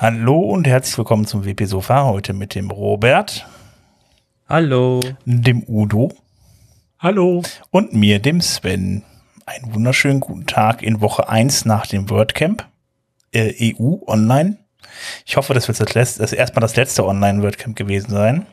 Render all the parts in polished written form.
Hallo und herzlich willkommen zum WP Sofa, heute mit dem Robert. Hallo. Dem Udo. Hallo. Und mir, dem Sven. Einen wunderschönen guten Tag in Woche 1 nach dem WordCamp. EU online. Ich hoffe, das wird erstmal das letzte Online-WordCamp gewesen sein.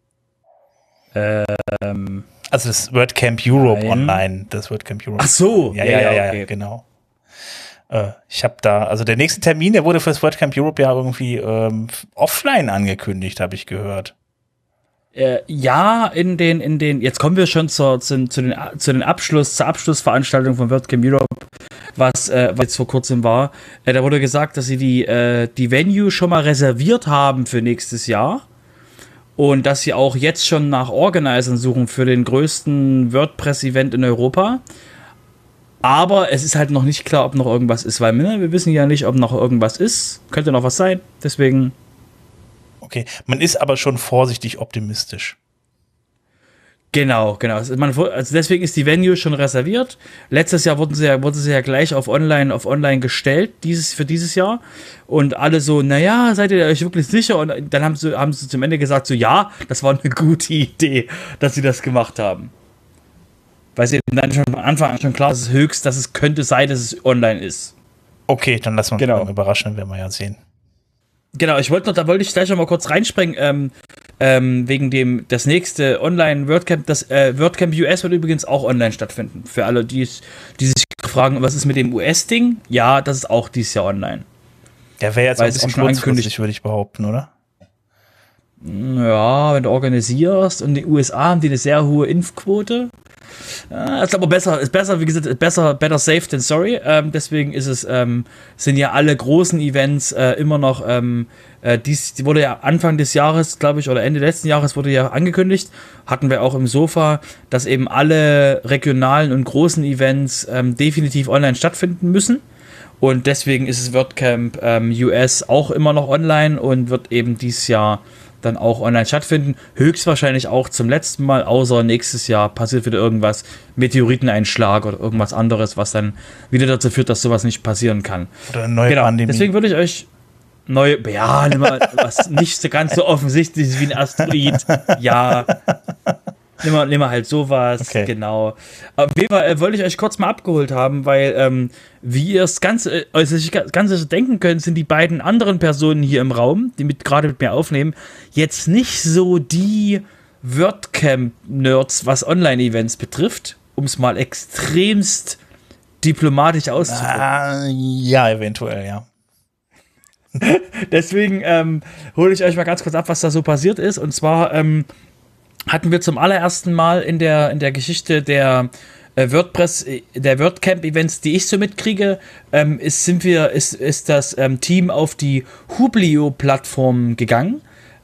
Also das WordCamp Europe online. Das WordCamp Europe. Ach so. Ja, okay. Genau. Ich habe da, also der nächste Termin, der wurde für das WordCamp Europe ja irgendwie offline angekündigt, habe ich gehört. Ja, jetzt kommen wir schon zur Abschlussveranstaltung von WordCamp Europe, was jetzt vor kurzem war. Da wurde gesagt, dass sie die Venue schon mal reserviert haben für nächstes Jahr und dass sie auch jetzt schon nach Organisern suchen für den größten WordPress-Event in Europa. Aber es ist halt noch nicht klar, ob noch irgendwas ist, weil wir wissen ja nicht, ob noch irgendwas ist. Könnte noch was sein, deswegen. Okay, man ist aber schon vorsichtig optimistisch. Genau. Also deswegen ist die Venue schon reserviert. Letztes Jahr wurde sie ja gleich auf online gestellt, für dieses Jahr. Und alle so, naja, seid ihr euch wirklich sicher? Und dann haben sie zum Ende gesagt, so ja, das war eine gute Idee, dass sie das gemacht haben. Weil es eben dann schon von Anfang an schon klar ist, dass es könnte sein, dass es online ist. Okay, dann lassen wir uns mal überraschen, werden wir ja sehen. Genau, da wollte ich gleich noch mal kurz reinspringen, wegen das nächste Online-WordCamp. Das WordCamp US wird übrigens auch online stattfinden. Für alle, die sich fragen, was ist mit dem US-Ding? Ja, das ist auch dieses Jahr online. Ja, wäre jetzt ein bisschen kurzfristig, würde ich behaupten, oder? Ja, wenn du organisierst und die USA haben die eine sehr hohe Impfquote. Ist aber besser, wie gesagt, better safe than sorry. Deswegen sind ja alle großen Events immer noch, die wurde ja Anfang des Jahres, glaube ich, oder Ende letzten Jahres wurde ja angekündigt, hatten wir auch im Sofa, dass eben alle regionalen und großen Events definitiv online stattfinden müssen. Und deswegen ist es WordCamp US auch immer noch online und wird eben dieses Jahr dann auch online stattfinden. Höchstwahrscheinlich auch zum letzten Mal, außer nächstes Jahr passiert wieder irgendwas, Meteoriteneinschlag oder irgendwas anderes, was dann wieder dazu führt, dass sowas nicht passieren kann. Oder eine neue Pandemie. Deswegen würde ich euch was nicht so ganz so offensichtlich ist wie ein Asteroid. Ja. Nimm mal halt sowas, okay. Genau. Auf jeden Fall wollte ich euch kurz mal abgeholt haben, weil, wie ihr es ganz sicher denken könnt, sind die beiden anderen Personen hier im Raum, die gerade mit mir aufnehmen, jetzt nicht so die WordCamp-Nerds, was Online-Events betrifft, um es mal extremst diplomatisch auszudrücken. Ja, eventuell, ja. Deswegen hole ich euch mal ganz kurz ab, was da so passiert ist. Und zwar hatten wir zum allerersten Mal in der Geschichte der WordCamp-Events, die ich so mitkriege, ist das Team auf die Hublio-Plattform gegangen.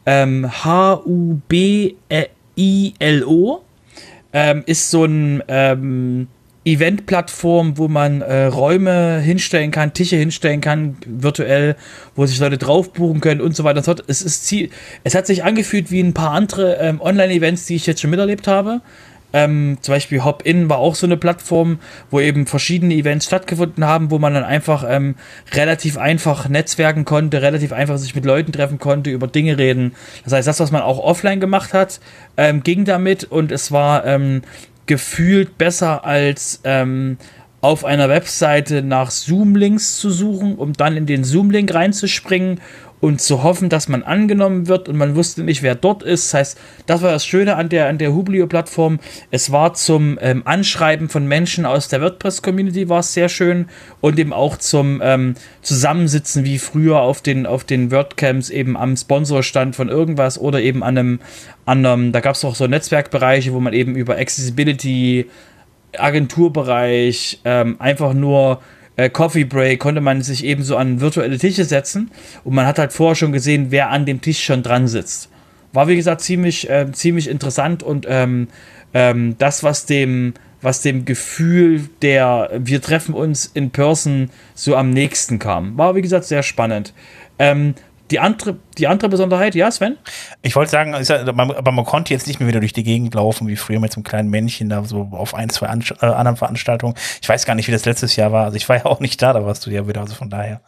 HUBILO ist so ein Event-Plattform, wo man Räume hinstellen kann, Tische hinstellen kann, virtuell, wo sich Leute drauf buchen können und so weiter und so fort. Es hat sich angefühlt wie ein paar andere Online-Events, die ich jetzt schon miterlebt habe. Zum Beispiel Hop-In war auch so eine Plattform, wo eben verschiedene Events stattgefunden haben, wo man dann einfach relativ einfach netzwerken konnte, relativ einfach sich mit Leuten treffen konnte, über Dinge reden. Das heißt, das, was man auch offline gemacht hat, ging damit und es war gefühlt besser als auf einer Webseite nach Zoom-Links zu suchen, um dann in den Zoom-Link reinzuspringen und zu hoffen, dass man angenommen wird und man wusste nicht, wer dort ist. Das heißt, das war das Schöne an der Hublio-Plattform. Es war zum Anschreiben von Menschen aus der WordPress-Community war es sehr schön und eben auch zum Zusammensitzen wie früher auf den WordCamps eben am Sponsorstand von irgendwas oder eben an einem, da gab es auch so Netzwerkbereiche, wo man eben über Accessibility, Agenturbereich, einfach nur Coffee Break, konnte man sich eben so an virtuelle Tische setzen und man hat halt vorher schon gesehen, wer an dem Tisch schon dran sitzt. War wie gesagt ziemlich interessant und das, was dem Gefühl wir treffen uns in Person so am nächsten kam. War wie gesagt sehr spannend. Die andere Besonderheit, ja, Sven? Ich wollte sagen, aber man konnte jetzt nicht mehr wieder durch die Gegend laufen, wie früher mit so einem kleinen Männchen da so auf 1, 2 anderen Veranstaltungen. Ich weiß gar nicht, wie das letztes Jahr war. Also ich war ja auch nicht da warst du ja wieder, also von daher.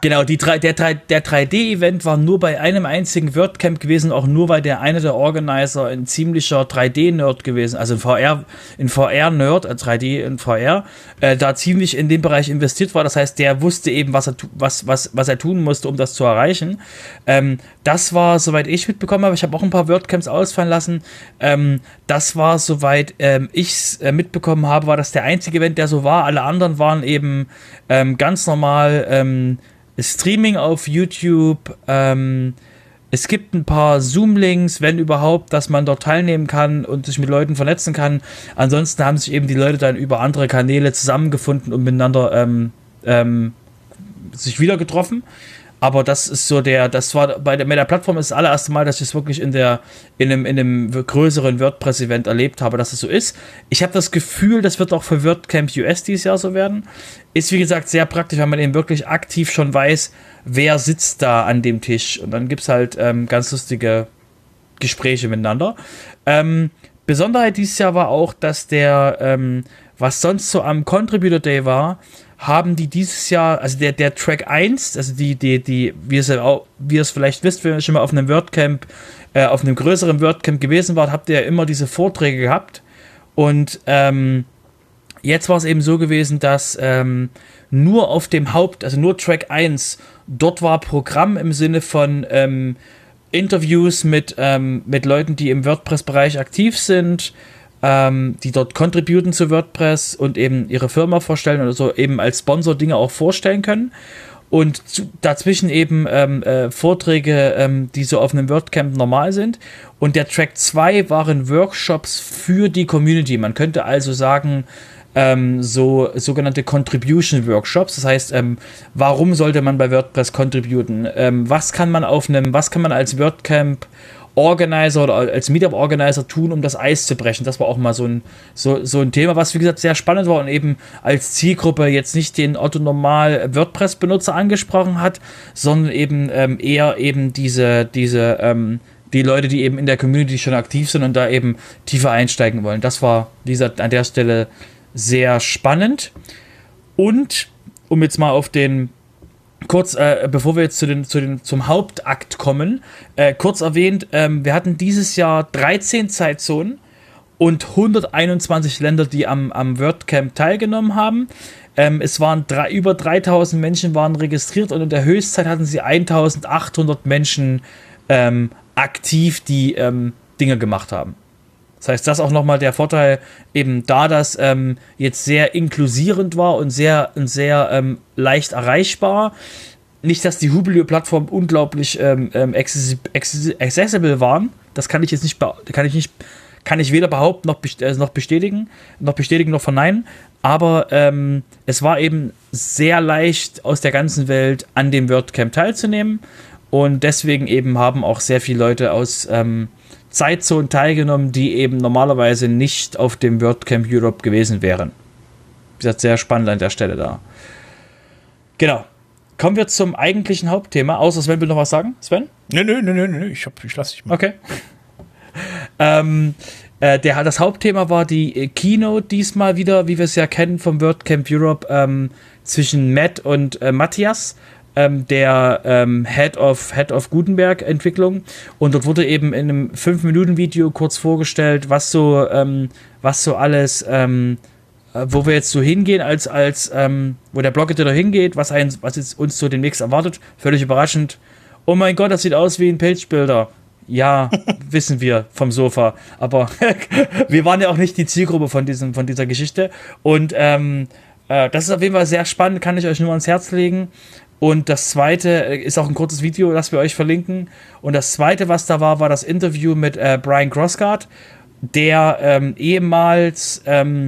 Genau, der 3D-Event war nur bei einem einzigen WordCamp gewesen, auch nur, weil der eine der Organizer ein ziemlicher 3D-Nerd gewesen, also ein VR-Nerd, 3D in VR, da ziemlich in dem Bereich investiert war. Das heißt, der wusste eben, was er tun musste, um das zu erreichen. Das war, soweit ich mitbekommen habe, ich habe auch ein paar WordCamps ausfallen lassen. Das war, soweit ich es mitbekommen habe, war das der einzige Event, der so war. Alle anderen waren eben ganz normal Streaming auf YouTube. Es gibt ein paar Zoom-Links, wenn überhaupt, dass man dort teilnehmen kann und sich mit Leuten vernetzen kann. Ansonsten haben sich eben die Leute dann über andere Kanäle zusammengefunden und miteinander sich wieder getroffen. Aber das ist so das war mit der Plattform ist das allererste Mal, dass ich es wirklich in einem größeren WordPress-Event erlebt habe, dass es so ist. Ich habe das Gefühl, das wird auch für WordCamp US dieses Jahr so werden. Ist, wie gesagt, sehr praktisch, weil man eben wirklich aktiv schon weiß, wer sitzt da an dem Tisch. Und dann gibt es halt ganz lustige Gespräche miteinander. Besonderheit dieses Jahr war auch, dass was sonst so am Contributor Day war, haben die dieses Jahr, also der Track 1, also wie ihr es vielleicht wisst, wenn ihr schon mal auf einem WordCamp, auf einem größeren WordCamp gewesen wart, habt ihr ja immer diese Vorträge gehabt. Und jetzt war es eben so gewesen, dass nur auf dem also nur Track 1, dort war Programm im Sinne von Interviews mit Leuten, die im WordPress-Bereich aktiv sind, die dort contributen zu WordPress und eben ihre Firma vorstellen oder so eben als Sponsor Dinge auch vorstellen können. Und dazwischen eben Vorträge, die so auf einem WordCamp normal sind. Und der Track 2 waren Workshops für die Community. Man könnte also sagen, so sogenannte Contribution Workshops. Das heißt, warum sollte man bei WordPress contributen? Was kann man als WordCamp Organizer oder als Meetup-Organizer tun, um das Eis zu brechen? Das war auch mal so ein Thema, was, wie gesagt, sehr spannend war und eben als Zielgruppe jetzt nicht den Otto-Normal-WordPress-Benutzer angesprochen hat, sondern eben eher eben die Leute, die eben in der Community schon aktiv sind und da eben tiefer einsteigen wollen. Das war, wie gesagt, an der Stelle sehr spannend. Und, um jetzt mal auf den kurz, bevor wir jetzt zum Hauptakt kommen, kurz erwähnt, wir hatten dieses Jahr 13 Zeitzonen und 121 Länder, die am WordCamp teilgenommen haben. Es waren über 3000 Menschen waren registriert und in der Höchstzeit hatten sie 1800 Menschen aktiv, die Dinge gemacht haben. Das heißt, das ist auch nochmal der Vorteil, eben da das jetzt sehr inklusierend war und sehr leicht erreichbar. Nicht, dass die Hubelio-Plattform unglaublich accessible waren. Das kann ich jetzt nicht, kann ich weder behaupten noch bestätigen noch verneinen. Aber es war eben sehr leicht aus der ganzen Welt an dem WordCamp teilzunehmen. Und deswegen eben haben auch sehr viele Leute aus Zeitzonen teilgenommen, die eben normalerweise nicht auf dem WordCamp Europe gewesen wären. Wie gesagt, sehr spannend an der Stelle da. Genau. Kommen wir zum eigentlichen Hauptthema. Außer Sven will noch was sagen? Sven? Nö. Ich lasse dich mal. Okay. Das Hauptthema war die Keynote diesmal wieder, wie wir es ja kennen vom WordCamp Europe, zwischen Matt und Matthias, der Head of Gutenberg Entwicklung, und dort wurde eben in einem 5-Minuten-Video kurz vorgestellt, was so alles, wo wir jetzt so hingehen, wo der Blog-Editor hingeht, was jetzt uns so demnächst erwartet. Völlig überraschend. Oh mein Gott, das sieht aus wie ein Page-Builder. Ja, wissen wir vom Sofa. Aber wir waren ja auch nicht die Zielgruppe von dieser Geschichte. Und das ist auf jeden Fall sehr spannend, kann ich euch nur ans Herz legen. Und das zweite ist auch ein kurzes Video, das wir euch verlinken. Und das zweite, was da war das Interview mit Brian Crossgard, der ehemals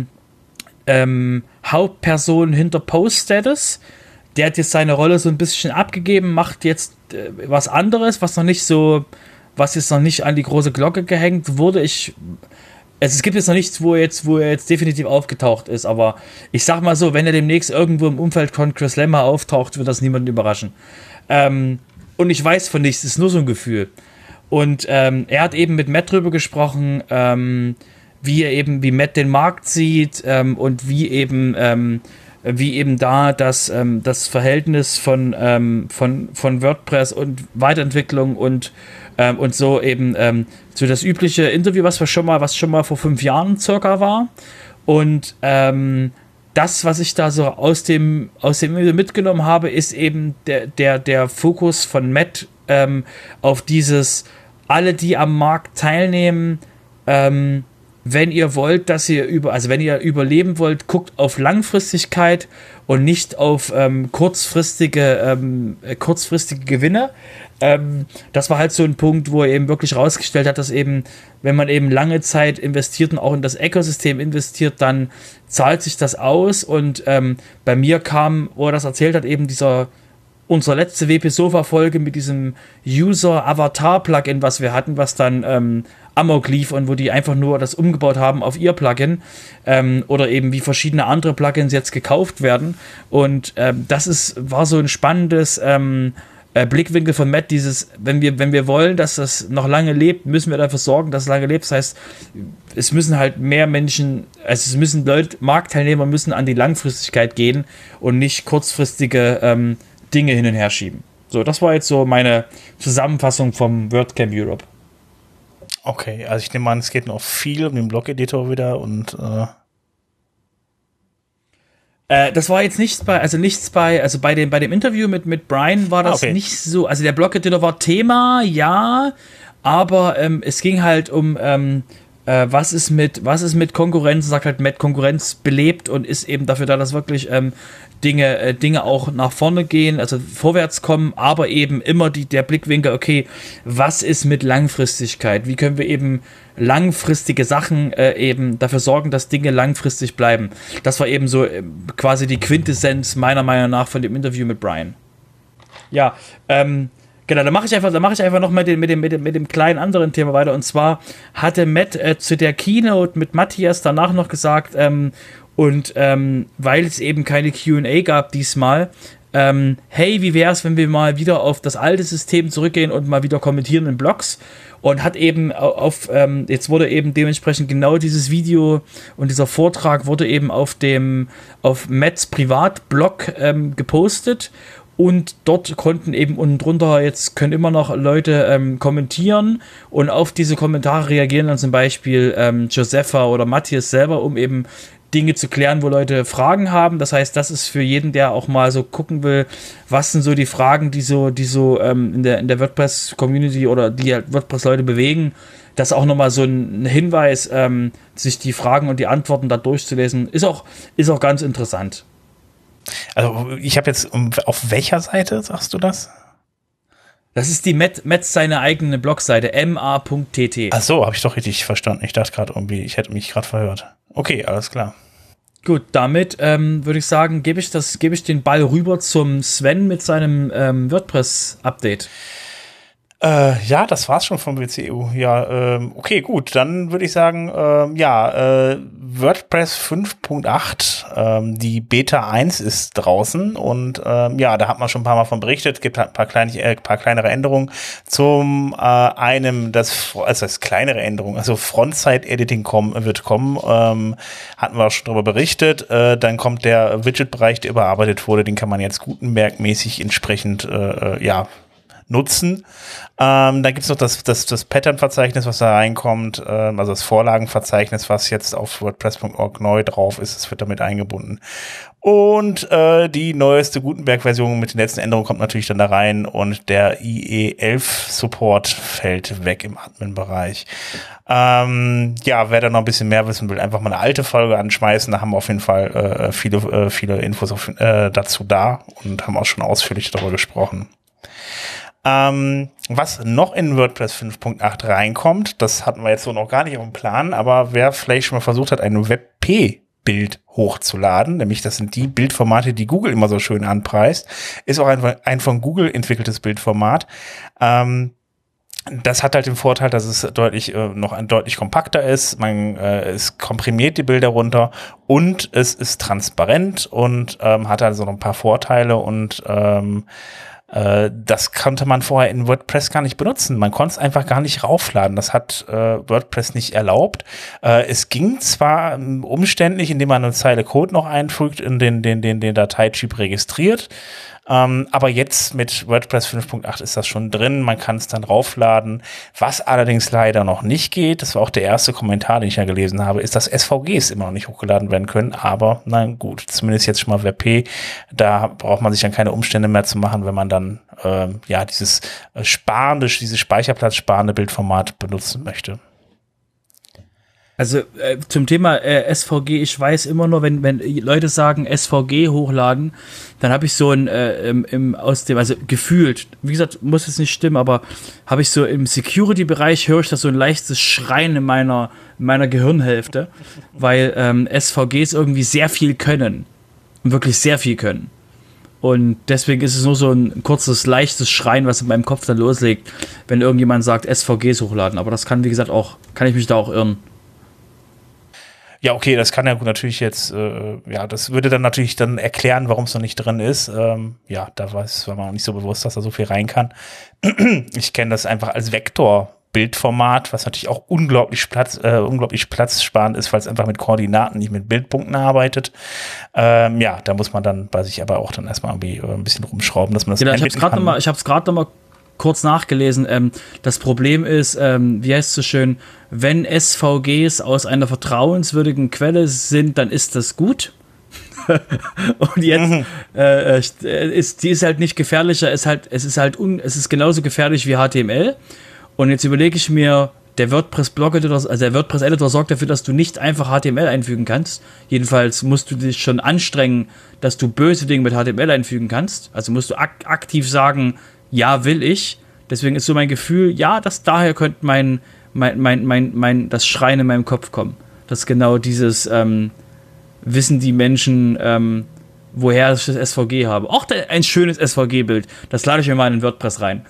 Hauptperson hinter Post-Status. Der hat jetzt seine Rolle so ein bisschen abgegeben, macht jetzt was anderes, was jetzt noch nicht an die große Glocke gehängt wurde. Es gibt jetzt noch nichts, wo er jetzt definitiv aufgetaucht ist, aber ich sag mal so, wenn er demnächst irgendwo im Umfeld von Chris Lemmer auftaucht, wird das niemanden überraschen. Und ich weiß von nichts, es ist nur so ein Gefühl. Und er hat eben mit Matt drüber gesprochen, wie Matt den Markt sieht und wie eben wie eben da das Verhältnis von WordPress und Weiterentwicklung und so eben so das übliche Interview, was schon mal vor 5 Jahren circa war. Und das, was ich da so aus dem Video mitgenommen habe, ist eben der Fokus von Matt auf dieses, alle, die am Markt teilnehmen, wenn ihr wollt, wenn ihr überleben wollt, guckt auf Langfristigkeit und nicht auf kurzfristige Gewinne. Das war halt so ein Punkt, wo er eben wirklich rausgestellt hat, dass eben, wenn man eben lange Zeit investiert und auch in das Ökosystem investiert, dann zahlt sich das aus. Und bei mir kam, wo er das erzählt hat, eben unsere letzte WP-Sofa-Folge mit diesem User-Avatar-Plugin, was wir hatten, was dann Amok lief und wo die einfach nur das umgebaut haben auf ihr Plugin oder eben wie verschiedene andere Plugins jetzt gekauft werden. Und war so ein spannendes Blickwinkel von Matt, wenn wir wollen, dass das noch lange lebt, müssen wir dafür sorgen, dass es lange lebt. Das heißt, es müssen halt mehr Menschen, also es müssen Marktteilnehmer müssen an die Langfristigkeit gehen und nicht kurzfristige Dinge hin und her schieben. So, das war jetzt so meine Zusammenfassung vom WordCamp Europe. Okay, also ich nehme an, es geht noch viel um den Blog-Editor wieder und das war jetzt bei dem Interview mit Brian war das nicht so, also der Blog-Editor war Thema, ja, aber es ging halt um was ist mit Konkurrenz, sagt halt Matt, Konkurrenz belebt und ist eben dafür da, dass wirklich Dinge auch nach vorne gehen, also vorwärts kommen, aber eben immer der Blickwinkel, okay, was ist mit Langfristigkeit? Wie können wir eben langfristige Sachen eben dafür sorgen, dass Dinge langfristig bleiben? Das war eben so quasi die Quintessenz meiner Meinung nach von dem Interview mit Brian. Ja, genau, da mache ich einfach noch mit dem kleinen anderen Thema weiter. Und zwar hatte Matt zu der Keynote mit Matthias danach noch gesagt, weil es eben keine Q&A gab diesmal, hey, wie wär's, wenn wir mal wieder auf das alte System zurückgehen und mal wieder kommentieren in Blogs? Und hat eben jetzt wurde eben dementsprechend genau dieses Video und dieser Vortrag wurde eben auf Matts Privatblog gepostet. Und dort konnten eben unten drunter, jetzt können immer noch Leute kommentieren und auf diese Kommentare reagieren dann zum Beispiel Josepha oder Matthias selber, um eben Dinge zu klären, wo Leute Fragen haben. Das heißt, das ist für jeden, der auch mal so gucken will, was sind so die Fragen, die so in der WordPress-Community oder die halt WordPress-Leute bewegen. Das ist auch nochmal so ein Hinweis, sich die Fragen und die Antworten da durchzulesen, ist auch ganz interessant. Also ich habe jetzt, auf welcher Seite sagst du das? Das ist die Matt seine eigene Blogseite, ma.tt. Ach so, habe ich doch richtig verstanden. Ich dachte gerade irgendwie, ich hätte mich gerade verhört. Okay, alles klar. Gut, damit würde ich sagen, gebe ich den Ball rüber zum Sven mit seinem WordPress-Update. Ja, das war's schon vom WCU. Ja, okay, gut. Dann würde ich sagen, WordPress 5.8, die Beta 1 ist draußen und da hat man schon ein paar Mal von berichtet. Es gibt halt ein paar kleinere Änderungen. Zum einem, das kleinere Änderungen, also Frontside-Editing wird kommen, hatten wir auch schon darüber berichtet. Dann kommt der Widget-Bereich, der überarbeitet wurde, den kann man jetzt Gutenberg-mäßig entsprechend, nutzen. Dann gibt's noch das Pattern-Verzeichnis, was da reinkommt, also das Vorlagenverzeichnis, was jetzt auf WordPress.org neu drauf ist, das wird damit eingebunden. Und die neueste Gutenberg-Version mit den letzten Änderungen kommt natürlich dann da rein und der IE11-Support fällt weg im Admin-Bereich. Wer da noch ein bisschen mehr wissen will, einfach mal eine alte Folge anschmeißen, da haben wir auf jeden Fall viele Infos dazu da und haben auch schon ausführlich darüber gesprochen. Was noch in WordPress 5.8 reinkommt, das hatten wir jetzt so noch gar nicht auf dem Plan, aber wer vielleicht schon mal versucht hat, ein WebP-Bild hochzuladen, nämlich das sind die Bildformate, die Google immer so schön anpreist, ist auch ein von Google entwickeltes Bildformat. Das hat halt den Vorteil, dass es deutlich kompakter ist, es komprimiert die Bilder runter und es ist transparent und hat also noch ein paar Vorteile und Das konnte man vorher in WordPress gar nicht benutzen. Man konnte es einfach gar nicht raufladen. Das hat WordPress nicht erlaubt. Es ging zwar umständlich, indem man eine Zeile Code noch einfügt, in den Dateityp registriert. Aber jetzt mit WordPress 5.8 ist das schon drin, man kann es dann raufladen. Was allerdings leider noch nicht geht, das war auch der erste Kommentar, den ich ja gelesen habe, ist, dass SVGs immer noch nicht hochgeladen werden können. Aber na gut, zumindest jetzt schon mal WebP, da braucht man sich dann keine Umstände mehr zu machen, wenn man dann dieses dieses speicherplatzsparende Bildformat benutzen möchte. Also zum Thema SVG, ich weiß immer nur, wenn Leute sagen SVG hochladen, dann habe ich so ein also gefühlt, wie gesagt, muss es nicht stimmen, aber habe ich so im Security-Bereich, höre ich da so ein leichtes Schreien in meiner Gehirnhälfte, weil SVGs irgendwie sehr viel können, wirklich sehr viel können. Und deswegen ist es nur so ein kurzes, leichtes Schreien, was in meinem Kopf dann loslegt, wenn irgendjemand sagt SVGs hochladen. Aber das kann, wie gesagt, kann ich mich da auch irren. Ja, okay, das kann ja natürlich jetzt, das würde dann natürlich dann erklären, warum es noch nicht drin ist. Da war man auch nicht so bewusst, dass da so viel rein kann. Ich kenne das einfach als Vektor-Bildformat, was natürlich auch unglaublich platzsparend ist, weil es einfach mit Koordinaten, nicht mit Bildpunkten arbeitet. Da muss man dann bei sich aber auch dann erstmal irgendwie ein bisschen rumschrauben, dass man das einbinden kann. Ich habe es gerade noch mal kurz nachgelesen. Das Problem ist, wie heißt es so schön, wenn SVGs aus einer vertrauenswürdigen Quelle sind, dann ist das gut. Und jetzt die ist halt nicht gefährlicher, es ist genauso gefährlich wie HTML. Und jetzt überlege ich mir, der WordPress-Editor sorgt dafür, dass du nicht einfach HTML einfügen kannst. Jedenfalls musst du dich schon anstrengen, dass du böse Dinge mit HTML einfügen kannst. Also musst du aktiv sagen, ja, will ich. Deswegen ist so mein Gefühl, ja, daher könnte das Schreien in meinem Kopf kommen. Dass genau dieses wissen die Menschen, woher ich das SVG habe. Auch ein schönes SVG-Bild. Das lade ich mir mal in WordPress rein.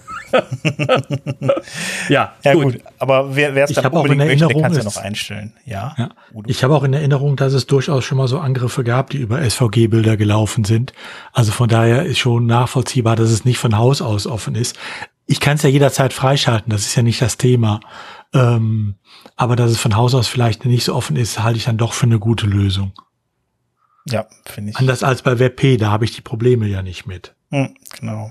Ja, gut. Aber wer es dann unbedingt möchte, der kann es ja noch einstellen. Ja. Ich habe auch in Erinnerung, dass es durchaus schon mal so Angriffe gab, die über SVG-Bilder gelaufen sind. Also von daher ist schon nachvollziehbar, dass es nicht von Haus aus offen ist. Ich kann es ja jederzeit freischalten, das ist ja nicht das Thema. Aber dass es von Haus aus vielleicht nicht so offen ist, halte ich dann doch für eine gute Lösung. Ja, finde ich. Anders als bei WebP, da habe ich die Probleme ja nicht mit. Genau.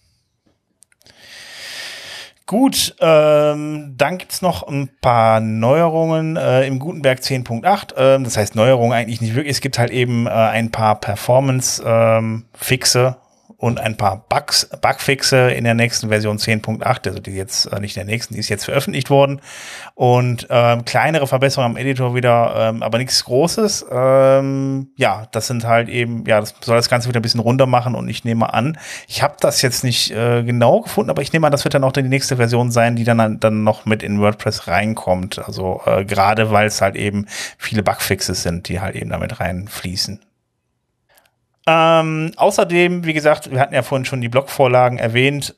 Gut, dann gibt's noch ein paar Neuerungen im Gutenberg 10.8. Das heißt Neuerungen eigentlich nicht wirklich. Es gibt halt eben ein paar Performance-Fixe und ein paar Bugfixe in der nächsten Version 10.8, also die jetzt nicht in der nächsten, die ist jetzt veröffentlicht worden. Und kleinere Verbesserungen am Editor wieder, aber nichts Großes. Das sind halt eben, das soll das Ganze wieder ein bisschen runter machen und ich nehme an, ich habe das jetzt nicht genau gefunden, aber ich nehme an, das wird dann auch die nächste Version sein, die dann noch mit in WordPress reinkommt. Also gerade weil es halt eben viele Bugfixes sind, die halt eben damit reinfließen. Außerdem, wie gesagt, wir hatten ja vorhin schon die Blogvorlagen erwähnt,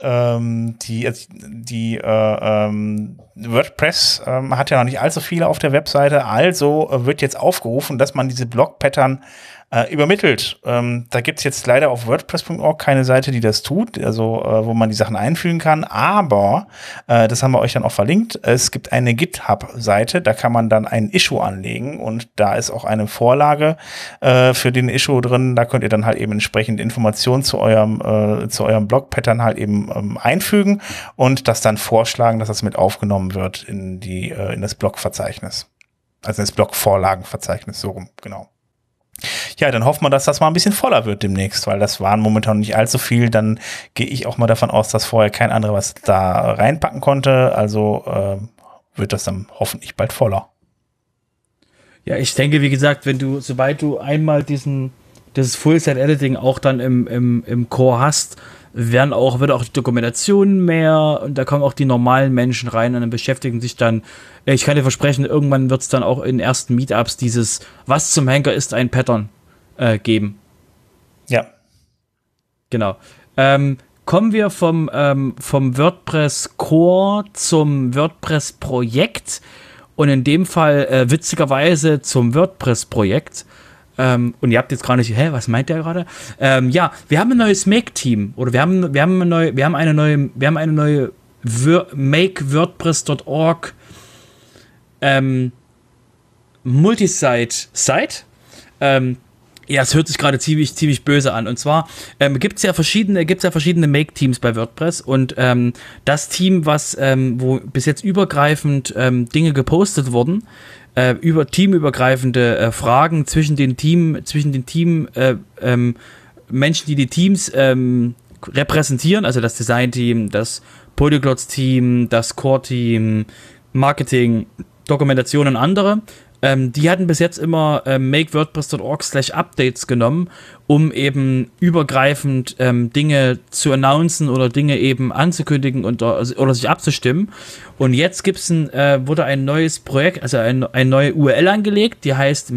WordPress hat ja noch nicht allzu viele auf der Webseite, also wird jetzt aufgerufen, dass man diese Blog-Pattern übermittelt. Da gibt's jetzt leider auf WordPress.org keine Seite, die das tut, also wo man die Sachen einfügen kann, aber das haben wir euch dann auch verlinkt. Es gibt eine GitHub-Seite, da kann man dann ein Issue anlegen und da ist auch eine Vorlage für den Issue drin. Da könnt ihr dann halt eben entsprechend Informationen zu eurem Blog-Pattern halt eben einfügen und das dann vorschlagen, dass das mit aufgenommen wird in das Blog-Verzeichnis. Also das Blog-Vorlagen-Verzeichnis, so rum, genau. Ja, dann hoffen wir, dass das mal ein bisschen voller wird demnächst, weil das waren momentan nicht allzu viel. Dann gehe ich auch mal davon aus, dass vorher kein anderer was da reinpacken konnte. Also wird das dann hoffentlich bald voller. Ja, ich denke, wie gesagt, sobald du einmal dieses Full-Set-Editing auch dann im Core hast, wird auch die Dokumentation mehr und da kommen auch die normalen Menschen rein und dann beschäftigen sich dann, ich kann dir versprechen, irgendwann wird es dann auch in ersten Meetups dieses was zum Henker ist ein Pattern geben. Ja. Genau. Kommen wir vom WordPress Core zum WordPress Projekt und in dem Fall witzigerweise zum WordPress Projekt. Und ihr habt jetzt gerade nicht, was meint der gerade? Ja, wir haben ein neues Make-Team oder wir haben eine neue make-wordpress.org Multisite-Site. Ja, es hört sich gerade ziemlich böse an. Und zwar gibt's ja verschiedene Make-Teams bei WordPress und das Team, wo bis jetzt übergreifend Dinge gepostet wurden, über teamübergreifende Fragen zwischen den Menschen, die Teams repräsentieren, also das Design-Team, das Polyglots-Team, das Core-Team, Marketing, Dokumentation und andere. Die hatten bis jetzt immer makewordpress.org/updates genommen, um eben übergreifend Dinge zu announcen oder Dinge eben anzukündigen oder sich abzustimmen. Und jetzt wurde ein neues Projekt, also eine neue URL angelegt, die heißt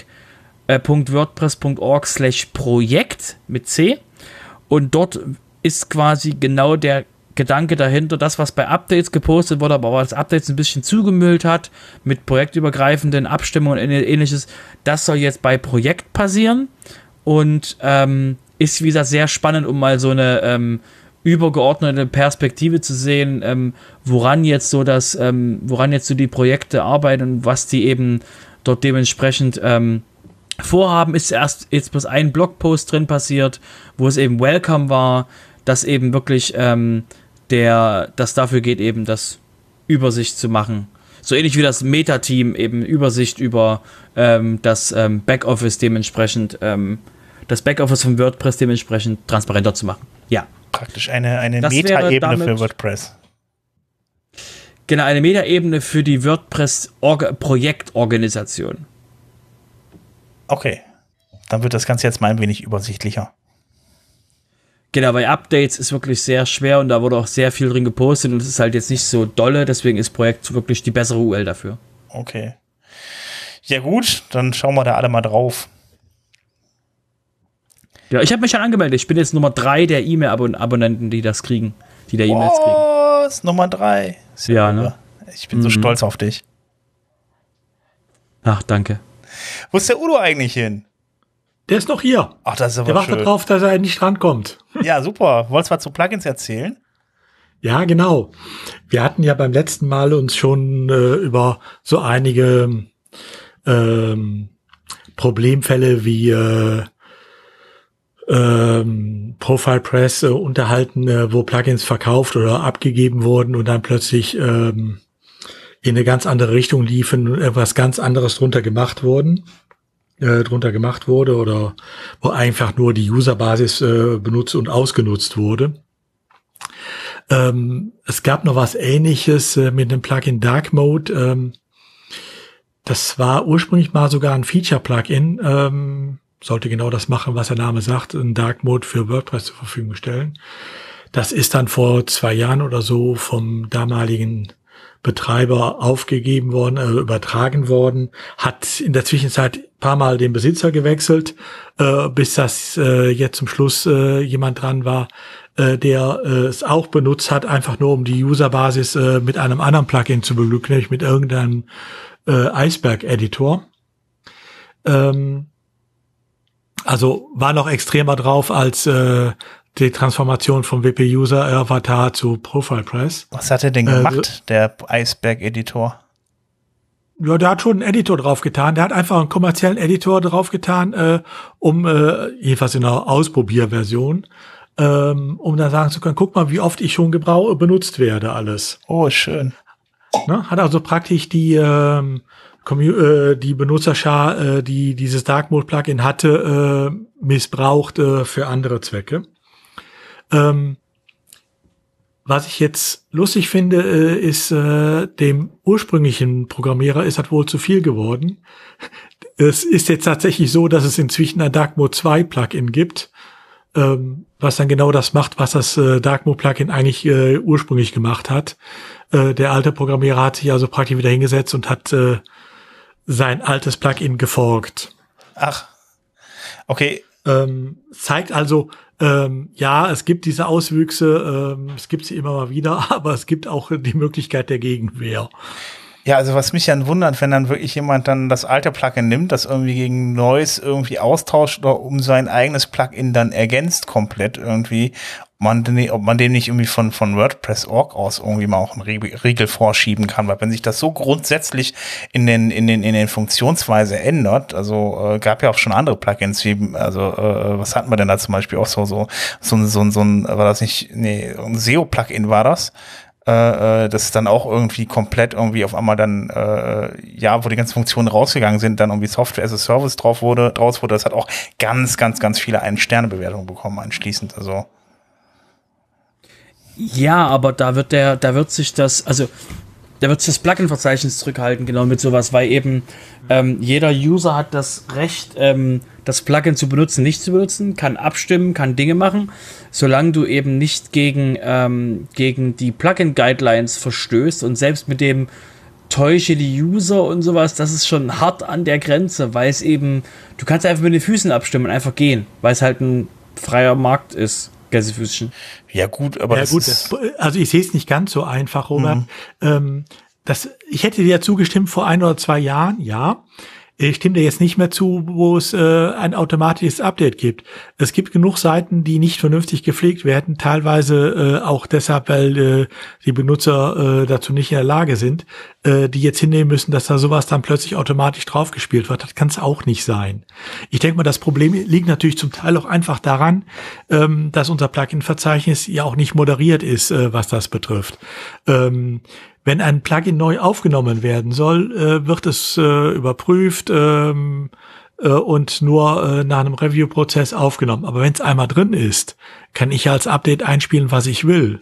make.wordpress.org/projekt mit C. Und dort ist quasi genau der Gedanke dahinter, das, was bei Updates gepostet wurde, aber was Updates ein bisschen zugemüllt hat, mit projektübergreifenden Abstimmungen und ähnliches, das soll jetzt bei Projekt passieren und ist, wie gesagt, sehr spannend, um mal so eine übergeordnete Perspektive zu sehen, woran jetzt so die Projekte arbeiten und was die eben dort dementsprechend vorhaben. Ist jetzt bloß ein Blogpost drin passiert, wo es eben Welcome war, dass eben wirklich das dafür geht, eben das Übersicht zu machen. So ähnlich wie das Meta-Team eben Übersicht über das Backoffice dementsprechend, das Backoffice von WordPress dementsprechend transparenter zu machen. Ja. Praktisch eine Meta-Ebene für WordPress. Genau, eine Meta-Ebene für die WordPress-Projektorganisation. Okay. Dann wird das Ganze jetzt mal ein wenig übersichtlicher. Genau, bei Updates ist wirklich sehr schwer und da wurde auch sehr viel drin gepostet und es ist halt jetzt nicht so dolle, deswegen ist Projekt wirklich die bessere URL dafür. Okay. Ja gut, dann schauen wir da alle mal drauf. Ja, ich habe mich schon angemeldet. Ich bin jetzt Nummer 3 der E-Mail-Abonnenten, die das kriegen, die da E-Mails kriegen. Was? Nummer 3? Ja, ne? Ich bin so stolz auf dich. Ach, danke. Wo ist der Udo eigentlich hin? Der ist noch hier. Ach, das ist aber der wartet schön. darauf, dass er nicht rankommt. Ja, super. Wolltest du was zu Plugins erzählen? Ja, genau. Wir hatten ja beim letzten Mal uns schon über so einige Problemfälle wie ProfilePress unterhalten, wo Plugins verkauft oder abgegeben wurden und dann plötzlich in eine ganz andere Richtung liefen und etwas ganz anderes drunter gemacht wurde oder wo einfach nur die Userbasis benutzt und ausgenutzt wurde. Es gab noch was Ähnliches mit dem Plugin Dark Mode. Das war ursprünglich mal sogar ein Feature-Plugin. Sollte genau das machen, was der Name sagt, einen Dark Mode für WordPress zur Verfügung stellen. Das ist dann vor 2 Jahren oder so vom damaligen Betreiber aufgegeben worden, übertragen worden, hat in der Zwischenzeit ein paar Mal den Besitzer gewechselt, bis das jetzt zum Schluss jemand dran war, der es auch benutzt hat, einfach nur um die Userbasis mit einem anderen Plugin zu beglücken, nämlich mit irgendeinem Iceberg-Editor. Also war noch extremer drauf als die Transformation vom WP-User-Avatar zu ProfilePress. Was hat er denn gemacht, der Iceberg-Editor? Ja, der hat schon einen Editor draufgetan. Der hat einfach einen kommerziellen Editor draufgetan, jedenfalls in einer Ausprobierversion, um dann sagen zu können, guck mal, wie oft ich schon benutzt werde, alles. Oh, schön. Ne? Hat also praktisch die Benutzerschar, die dieses Dark Mode Plugin hatte, missbraucht für andere Zwecke. Was ich jetzt lustig finde, ist, dem ursprünglichen Programmierer ist das wohl zu viel geworden. Es ist jetzt tatsächlich so, dass es inzwischen ein Dark Mode 2 Plugin gibt, was dann genau das macht, was das Dark Mode Plugin eigentlich ursprünglich gemacht hat. Der alte Programmierer hat sich also praktisch wieder hingesetzt und hat sein altes Plugin geforkt. Ach, okay. Zeigt also, ja, es gibt diese Auswüchse, es gibt sie immer mal wieder, aber es gibt auch die Möglichkeit der Gegenwehr. Ja, also was mich dann wundert, wenn dann wirklich jemand dann das alte Plugin nimmt, das irgendwie gegen neues irgendwie austauscht oder um sein eigenes Plugin dann ergänzt komplett irgendwie, ob man dem nicht irgendwie von WordPress.org aus irgendwie mal auch einen Riegel vorschieben kann, weil wenn sich das so grundsätzlich in den Funktionsweise ändert, also gab ja auch schon andere Plugins, wie, was hatten wir denn da zum Beispiel auch so ein, war das nicht, nee, ein SEO-Plugin war das, das dann auch irgendwie komplett irgendwie auf einmal dann, wo die ganzen Funktionen rausgegangen sind, dann irgendwie Software as a Service draus wurde, das hat auch ganz, ganz, ganz viele Ein-Sterne-Bewertungen bekommen anschließend, also. Ja, aber da wird sich das Plugin-Verzeichnis zurückhalten, genau mit sowas, weil eben jeder User hat das Recht, das Plugin zu benutzen, nicht zu benutzen, kann abstimmen, kann Dinge machen, solange du eben nicht gegen die Plugin-Guidelines verstößt und selbst mit dem täusche die User und sowas, das ist schon hart an der Grenze, weil es eben, du kannst einfach mit den Füßen abstimmen und einfach gehen, weil es halt ein freier Markt ist. Gänsefüßchen. Ja gut, aber also ich sehe es nicht ganz so einfach, Robert. Ich hätte dir ja zugestimmt vor 1 oder 2 Jahren, ja. Ich stimme dir jetzt nicht mehr zu, wo es ein automatisches Update gibt. Es gibt genug Seiten, die nicht vernünftig gepflegt werden, teilweise auch deshalb, weil die Benutzer dazu nicht in der Lage sind, die jetzt hinnehmen müssen, dass da sowas dann plötzlich automatisch draufgespielt wird. Das kann es auch nicht sein. Ich denke mal, das Problem liegt natürlich zum Teil auch einfach daran, dass unser Plugin-Verzeichnis ja auch nicht moderiert ist, was das betrifft. Wenn ein Plugin neu aufgenommen werden soll, wird es überprüft und nur nach einem Review-Prozess aufgenommen. Aber wenn es einmal drin ist, kann ich ja als Update einspielen, was ich will.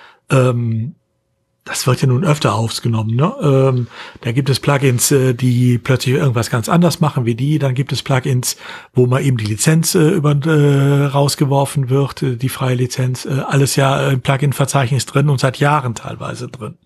Das wird ja nun öfter aufgenommen, ne? Da gibt es Plugins, die plötzlich irgendwas ganz anders machen wie die. Dann gibt es Plugins, wo mal eben die Lizenz rausgeworfen wird, die freie Lizenz. Alles ja im Plugin-Verzeichnis drin und seit Jahren teilweise drin.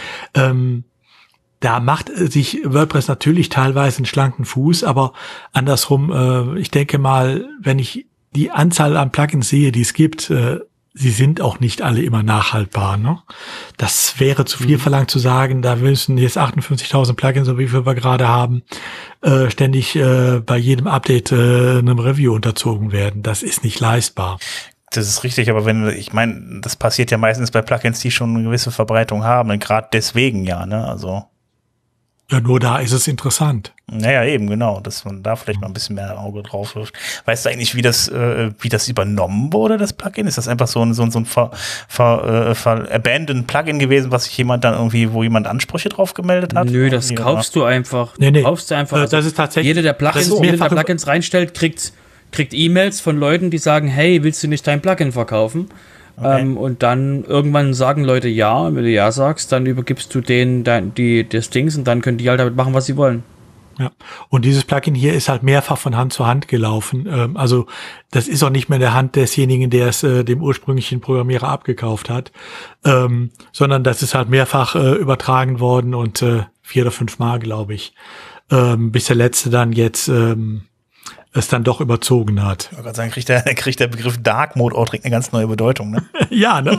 Da macht sich WordPress natürlich teilweise einen schlanken Fuß, aber andersrum, ich denke mal, wenn ich die Anzahl an Plugins sehe, die es gibt, sie sind auch nicht alle immer nachhaltbar, ne? Das wäre zu viel verlangt zu sagen, da müssen jetzt 58.000 Plugins, so wie wir gerade haben, ständig bei jedem Update einem Review unterzogen werden. Das ist nicht leistbar. Das ist richtig, aber ich meine, das passiert ja meistens bei Plugins, die schon eine gewisse Verbreitung haben, und gerade deswegen ja, ne, also. Ja, nur da ist es interessant. Naja, eben, genau, dass man da vielleicht mal ein bisschen mehr Auge drauf wirft. Weißt du eigentlich, wie das übernommen wurde, das Plugin? Ist das einfach so ein abandoned Plugin gewesen, wo jemand Ansprüche drauf gemeldet hat? Nö, das kaufst du einfach. Nee. Kaufst du einfach. Das ist tatsächlich. Jeder, der Plugins reinstellt, kriegt E-Mails von Leuten, die sagen, hey, willst du nicht dein Plugin verkaufen? Okay. Und dann irgendwann sagen Leute ja, und wenn du ja sagst, dann übergibst du denen das Dings und dann können die halt damit machen, was sie wollen. Ja, und dieses Plugin hier ist halt mehrfach von Hand zu Hand gelaufen. Also das ist auch nicht mehr in der Hand desjenigen, der es dem ursprünglichen Programmierer abgekauft hat, sondern das ist halt mehrfach übertragen worden und 4 oder 5 Mal, glaube ich, bis der letzte dann jetzt es dann doch überzogen hat. Ich wollte sagen, kriegt der Begriff Dark Mode auch direkt eine ganz neue Bedeutung, ne? Ja, ne?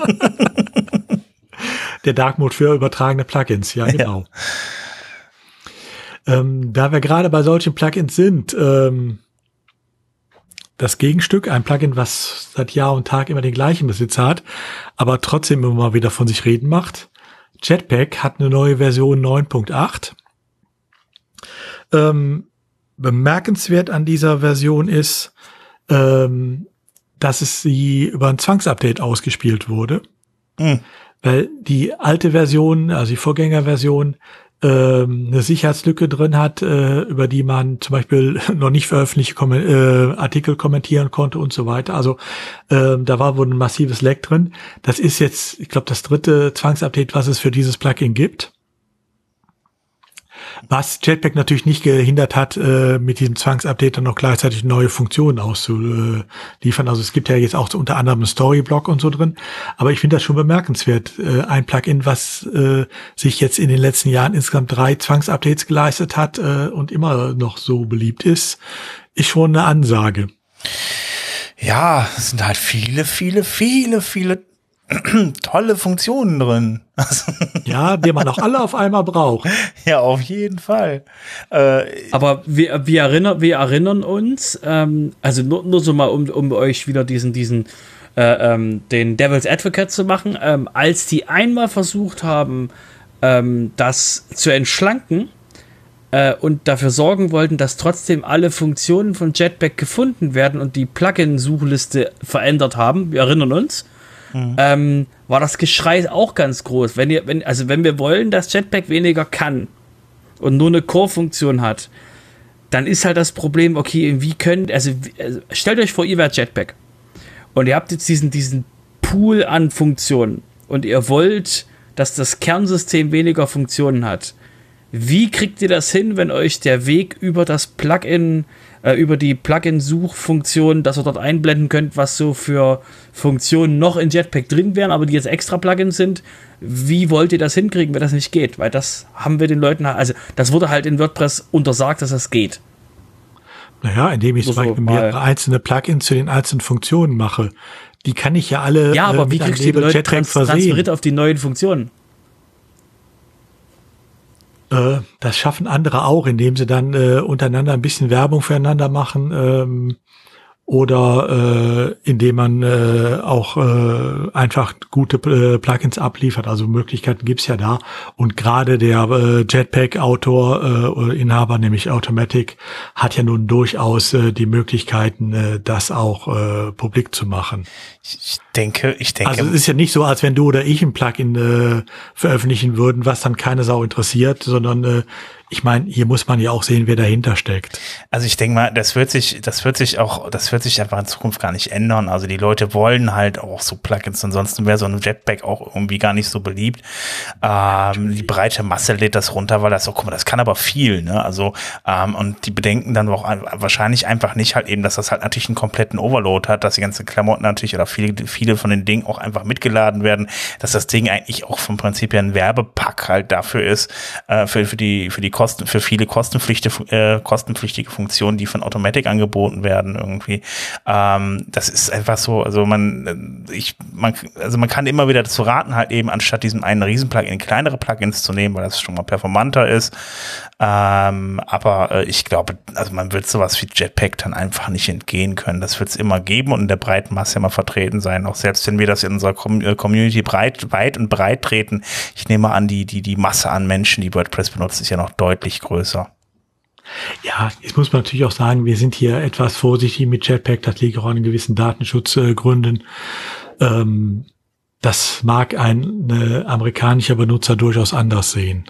Der Dark Mode für übertragene Plugins, ja, genau. Ja. Da wir gerade bei solchen Plugins sind, das Gegenstück, ein Plugin, was seit Jahr und Tag immer den gleichen Besitzer hat, aber trotzdem immer mal wieder von sich reden macht. Jetpack hat eine neue Version 9.8. Bemerkenswert an dieser Version ist, dass sie über ein Zwangsupdate ausgespielt wurde. Weil die alte Version, also die Vorgängerversion, eine Sicherheitslücke drin hat, über die man zum Beispiel noch nicht veröffentlichte Artikel kommentieren konnte und so weiter. Also da war wohl ein massives Lag drin. Das ist jetzt, ich glaube, das 3. Zwangsupdate, was es für dieses Plugin gibt. Was Jetpack natürlich nicht gehindert hat, mit diesem Zwangsupdate dann noch gleichzeitig neue Funktionen auszuliefern. Also es gibt ja jetzt auch unter anderem einen Storyblock und so drin. Aber ich finde das schon bemerkenswert. Ein Plugin, was sich jetzt in den letzten Jahren insgesamt 3 Zwangsupdates geleistet hat und immer noch so beliebt ist schon eine Ansage. Ja, es sind halt viele tolle Funktionen drin. Ja, die man auch alle auf einmal braucht. Ja, auf jeden Fall. Aber wir erinnern uns, also nur so mal, um euch wieder den Devil's Advocate zu machen, als die einmal versucht haben, das zu entschlanken und dafür sorgen wollten, dass trotzdem alle Funktionen von Jetpack gefunden werden und die Plugin-Suchliste verändert haben, wir erinnern uns, war das Geschrei auch ganz groß. Wenn wir wollen, dass Jetpack weniger kann und nur eine Core-Funktion hat, dann ist halt das Problem, okay, stellt euch vor, ihr wärt Jetpack und ihr habt jetzt diesen Pool an Funktionen und ihr wollt, dass das Kernsystem weniger Funktionen hat. Wie kriegt ihr das hin, wenn euch der Weg über das Plugin, über die Plugin-Suchfunktion, dass ihr dort einblenden könnt, was so für Funktionen noch in Jetpack drin wären, aber die jetzt extra Plugins sind? Wie wollt ihr das hinkriegen, wenn das nicht geht? Weil das haben wir den Leuten, also das wurde halt in WordPress untersagt, dass das geht. Naja, indem ich zum Beispiel mehrere einzelne Plugins zu den einzelnen Funktionen mache. Die kann ich ja alle aber wie kriegst du die Leute transferiert auf die neuen Funktionen? Das schaffen andere auch, indem sie dann untereinander ein bisschen Werbung füreinander machen oder indem man auch einfach gute Plugins abliefert. Also Möglichkeiten gibt's ja da. Und gerade der Jetpack-Autor oder Inhaber, nämlich Automatic, hat ja nun durchaus die Möglichkeiten, das auch publik zu machen. Ich denke. Also es ist ja nicht so, als wenn du oder ich ein Plugin veröffentlichen würden, was dann keine Sau interessiert, sondern ich meine, hier muss man ja auch sehen, wer dahinter steckt. Also ich denke mal, das wird sich einfach in Zukunft gar nicht ändern. Also die Leute wollen halt auch so Plugins, ansonsten wäre so ein Jetpack auch irgendwie gar nicht so beliebt. Die breite Masse lädt das runter, weil das so, guck mal, das kann aber viel, ne? Also und die bedenken dann auch wahrscheinlich einfach nicht halt eben, dass das halt natürlich einen kompletten Overload hat, dass die ganzen Klamotten natürlich oder viele von den Dingen auch einfach mitgeladen werden, dass das Ding eigentlich auch vom Prinzip her ein Werbepack halt dafür ist, für viele kostenpflichtige Funktionen, die von Automatic angeboten werden irgendwie. Das ist einfach so, also man kann immer wieder dazu raten, halt eben anstatt diesem einen Riesen-Plugin kleinere Plugins zu nehmen, weil das schon mal performanter ist. Aber ich glaube, also man wird sowas wie Jetpack dann einfach nicht entgehen können. Das wird es immer geben und in der breiten Masse immer vertreten sein. Auch selbst wenn wir das in unserer Community weit und breit treten, ich nehme an, die Masse an Menschen, die WordPress benutzt, ist ja noch deutlich größer. Ja, jetzt muss man natürlich auch sagen, wir sind hier etwas vorsichtig mit Jetpack, das liegt auch an gewissen Datenschutzgründen. Das mag ein amerikanischer Benutzer durchaus anders sehen.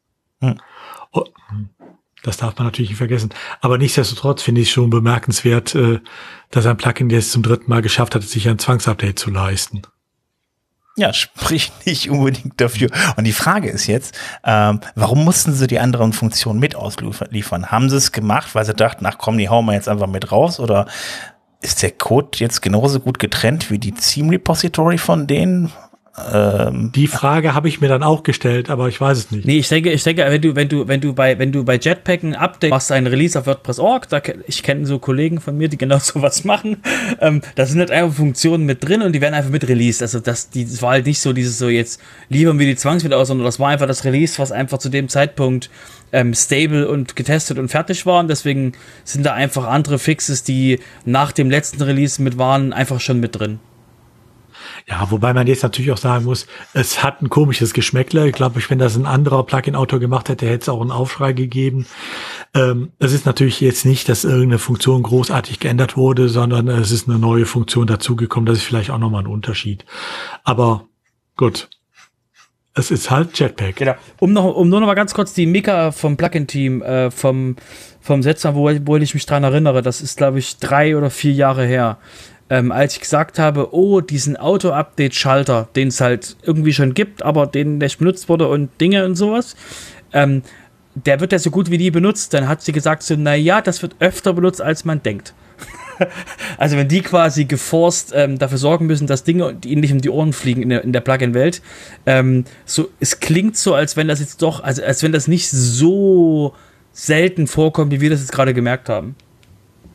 Das darf man natürlich nicht vergessen. Aber nichtsdestotrotz finde ich es schon bemerkenswert, dass ein Plugin jetzt zum 3. Mal geschafft hat, sich ein Zwangsupdate zu leisten. Ja, spricht nicht unbedingt dafür. Und die Frage ist jetzt, warum mussten sie die anderen Funktionen mit ausliefern? Haben sie es gemacht, weil sie dachten, ach komm, die hauen wir jetzt einfach mit raus? Oder ist der Code jetzt genauso gut getrennt wie die Theme Repository von denen? Die Frage habe ich mir dann auch gestellt, aber ich weiß es nicht. Nee, ich denke, wenn du bei Jetpack ein Update machst, ein Release auf WordPress.org, ich kenne so Kollegen von mir, die genau sowas machen, da sind halt einfach Funktionen mit drin und die werden einfach mit released. Also das war halt nicht so dieses so, jetzt liefern wir die Zwangsmittel aus, sondern das war einfach das Release, was einfach zu dem Zeitpunkt stable und getestet und fertig war und deswegen sind da einfach andere Fixes, die nach dem letzten Release mit waren, einfach schon mit drin. Ja, wobei man jetzt natürlich auch sagen muss, es hat ein komisches Geschmäckle. Ich glaube, wenn das ein anderer Plugin-Autor gemacht hätte, hätte es auch einen Aufschrei gegeben. Es ist natürlich jetzt nicht, dass irgendeine Funktion großartig geändert wurde, sondern es ist eine neue Funktion dazugekommen. Das ist vielleicht auch nochmal ein Unterschied. Aber gut, es ist halt Jetpack. Genau. Um nur noch mal ganz kurz die Mika vom Plugin-Team vom Setzer, wo ich mich dran erinnere, das ist, glaube ich, 3 oder 4 Jahre her. Als ich gesagt habe, diesen Auto-Update-Schalter, den es halt irgendwie schon gibt, aber den nicht benutzt wurde und Dinge und sowas, der wird ja so gut wie nie benutzt. Dann hat sie gesagt so, naja, das wird öfter benutzt, als man denkt. Also wenn die quasi geforst dafür sorgen müssen, dass Dinge ihnen nicht um die Ohren fliegen in der Plugin-Welt, es klingt so, als wenn das jetzt doch, also als wenn das nicht so selten vorkommt, wie wir das jetzt gerade gemerkt haben.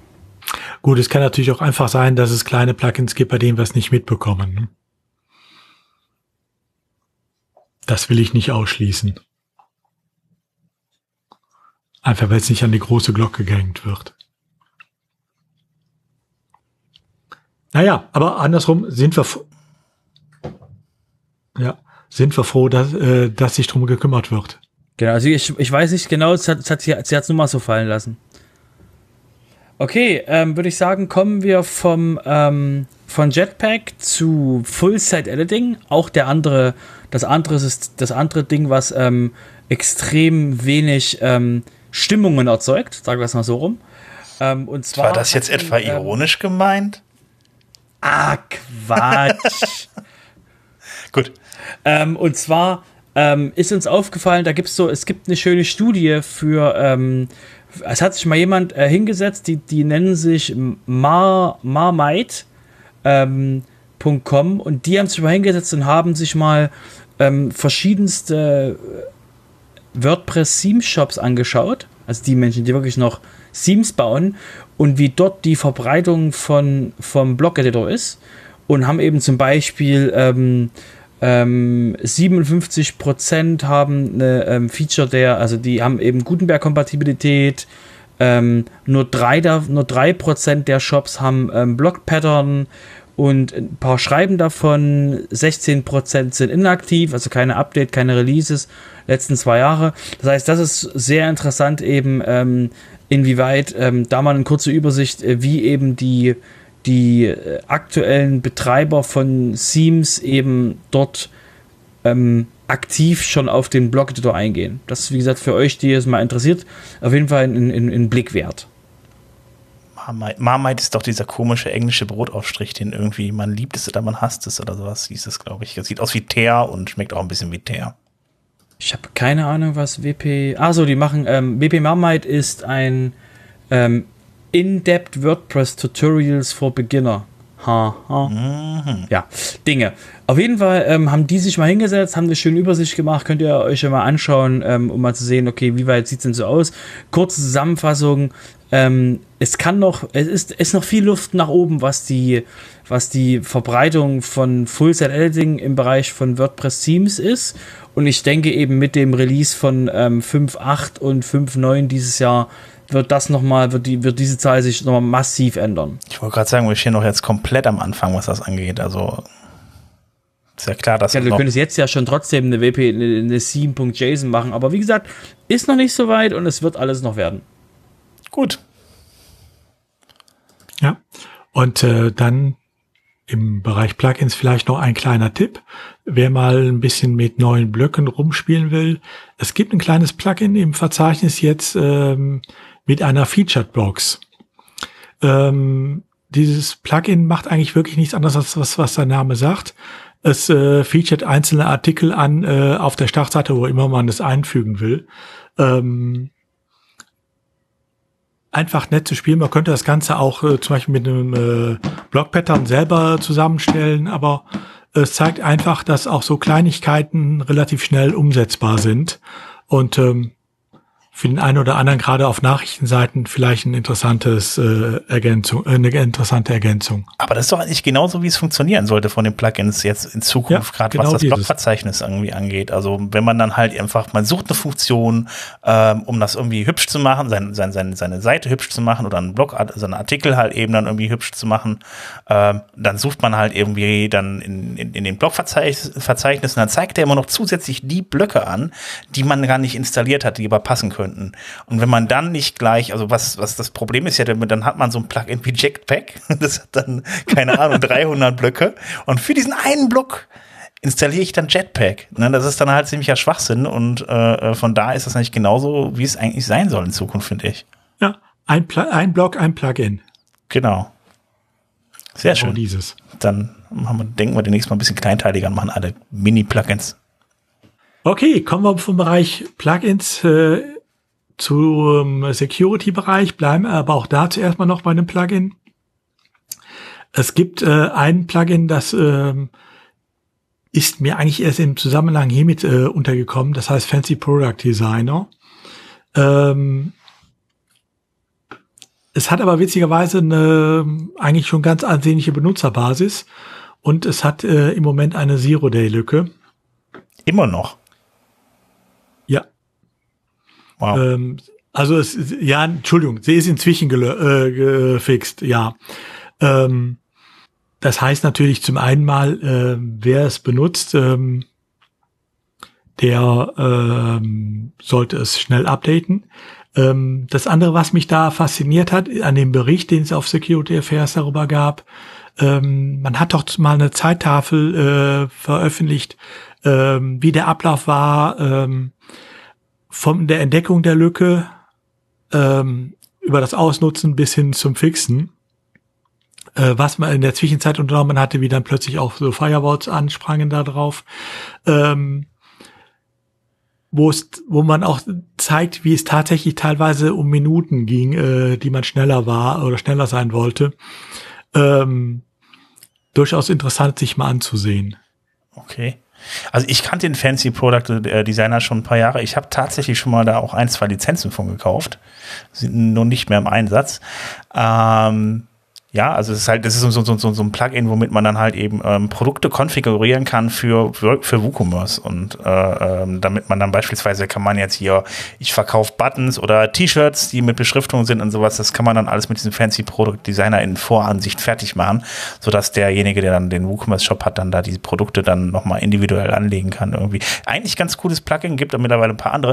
Gut, es kann natürlich auch einfach sein, dass es kleine Plugins gibt, bei denen wir es nicht mitbekommen. Das will ich nicht ausschließen. Einfach, weil es nicht an die große Glocke gehängt wird. Naja, aber andersrum sind wir froh, dass sich drum gekümmert wird. Genau, also ich weiß nicht genau, sie hat es nur mal so fallen lassen. Okay, würde ich sagen, kommen wir von Jetpack zu Full-Site-Editing. Auch das andere Ding, was extrem wenig Stimmungen erzeugt, sagen wir es mal so rum. Und zwar war das jetzt etwa ironisch gemeint? Ah, Quatsch. Gut. Und zwar ist uns aufgefallen, es gibt eine schöne Studie für, es hat sich mal jemand hingesetzt, die nennen sich Marmite.com und die haben sich mal hingesetzt und haben sich mal verschiedenste WordPress-Theme-Shops angeschaut, also die Menschen, die wirklich noch Themes bauen und wie dort die Verbreitung vom Blog-Editor ist und haben eben zum Beispiel 57% haben eine Feature die haben eben Gutenberg-Kompatibilität, nur 3% der Shops haben Block-Pattern und ein paar schreiben davon, 16% sind inaktiv, also keine Update, keine Releases, letzten 2 Jahre. Das heißt, das ist sehr interessant eben, inwieweit, da mal eine kurze Übersicht, wie eben die aktuellen Betreiber von Themes eben dort aktiv schon auf den Blog-Editor eingehen. Das ist, wie gesagt, für euch, die es mal interessiert, auf jeden Fall ein Blick wert. Marmite ist doch dieser komische englische Brotaufstrich, den irgendwie man liebt es oder man hasst es oder sowas, hieß es, glaube ich. Das sieht aus wie Teer und schmeckt auch ein bisschen wie Teer. Ich habe keine Ahnung, was WP... die machen... WP Marmite ist ein In-Depth WordPress Tutorials for Beginner. Ja, Dinge. Auf jeden Fall haben die sich mal hingesetzt, haben eine schöne Übersicht gemacht, könnt ihr euch ja mal anschauen, um mal zu sehen, okay, wie weit sieht es denn so aus. Kurze Zusammenfassung, es ist noch viel Luft nach oben, was die Verbreitung von Full-Site-Editing im Bereich von WordPress-Themes ist. Und ich denke eben mit dem Release von 5.8 und 5.9 dieses Jahr wird diese Zahl sich nochmal massiv ändern. Ich wollte gerade sagen, wir stehen noch jetzt komplett am Anfang, was das angeht. Also ist ja klar, dass du könntest jetzt ja schon trotzdem eine theme.json machen, aber wie gesagt, ist noch nicht so weit und es wird alles noch werden. Gut. Ja, und dann im Bereich Plugins vielleicht noch ein kleiner Tipp. Wer mal ein bisschen mit neuen Blöcken rumspielen will, es gibt ein kleines Plugin im Verzeichnis jetzt mit einer Featured Box. Dieses Plugin macht eigentlich wirklich nichts anderes als was der Name sagt. Es featuret einzelne Artikel an auf der Startseite, wo immer man es einfügen will. Einfach nett zu spielen. Man könnte das Ganze auch zum Beispiel mit einem Block-Pattern selber zusammenstellen, aber es zeigt einfach, dass auch so Kleinigkeiten relativ schnell umsetzbar sind und für den einen oder anderen gerade auf Nachrichtenseiten vielleicht eine interessante Ergänzung. Aber das ist doch eigentlich genauso, wie es funktionieren sollte von den Plugins jetzt in Zukunft, gerade genau, was das Blogverzeichnis irgendwie angeht. Also wenn man dann halt einfach, man sucht eine Funktion, um das irgendwie hübsch zu machen, seine Seite hübsch zu machen oder einen Blog, also einen Artikel halt eben dann irgendwie hübsch zu machen, dann sucht man halt irgendwie dann in den Blogverzeichnis und dann zeigt er immer noch zusätzlich die Blöcke an, die man gar nicht installiert hat, die aber passen können. Und wenn man dann nicht gleich, also was das Problem ist ja, dann hat man so ein Plugin wie Jetpack, das hat dann, keine Ahnung, 300 Blöcke und für diesen einen Block installiere ich dann Jetpack. Ne, das ist dann halt ziemlicher Schwachsinn und von da ist das eigentlich genauso, wie es eigentlich sein soll in Zukunft, finde ich. Ja, ein Block, ein Plugin. Genau. Sehr schön. Dieses. Dann denken wir demnächst mal ein bisschen kleinteiliger und machen alle Mini-Plugins. Okay, kommen wir vom Bereich Plugins zum Security-Bereich, bleiben aber auch dazu erstmal noch bei einem Plugin. Es gibt ein Plugin, das ist mir eigentlich erst im Zusammenhang hiermit untergekommen, das heißt Fancy Product Designer. Es hat aber witzigerweise eine eigentlich schon ganz ansehnliche Benutzerbasis und es hat im Moment eine Zero-Day-Lücke. Immer noch? Ja. Wow. Also Entschuldigung, sie ist inzwischen gefixt, ja. Das heißt natürlich zum einen mal, wer es benutzt, der sollte es schnell updaten. Das andere, was mich da fasziniert hat, an dem Bericht, den es auf Security Affairs darüber gab, man hat doch mal eine Zeittafel veröffentlicht, wie der Ablauf war, von der Entdeckung der Lücke über das Ausnutzen bis hin zum Fixen. Was man in der Zwischenzeit unternommen hatte, wie dann plötzlich auch so Firewalls ansprangen da drauf. Wo man auch zeigt, wie es tatsächlich teilweise um Minuten ging, die man schneller war oder schneller sein wollte. Durchaus interessant, sich mal anzusehen. Okay. Also ich kannte den Fancy Product Designer schon ein paar Jahre. Ich habe tatsächlich schon mal da auch 1, 2 Lizenzen von gekauft. Sind nur nicht mehr im Einsatz. Ja, also das ist so ein Plugin, womit man dann halt eben Produkte konfigurieren kann für WooCommerce und damit man dann beispielsweise kann man jetzt hier, ich verkaufe Buttons oder T-Shirts, die mit Beschriftung sind und sowas, das kann man dann alles mit diesem Fancy Product Designer in Voransicht fertig machen, sodass derjenige, der dann den WooCommerce Shop hat, dann da diese Produkte dann nochmal individuell anlegen kann irgendwie. Eigentlich ganz cooles Plugin, gibt da mittlerweile ein paar andere.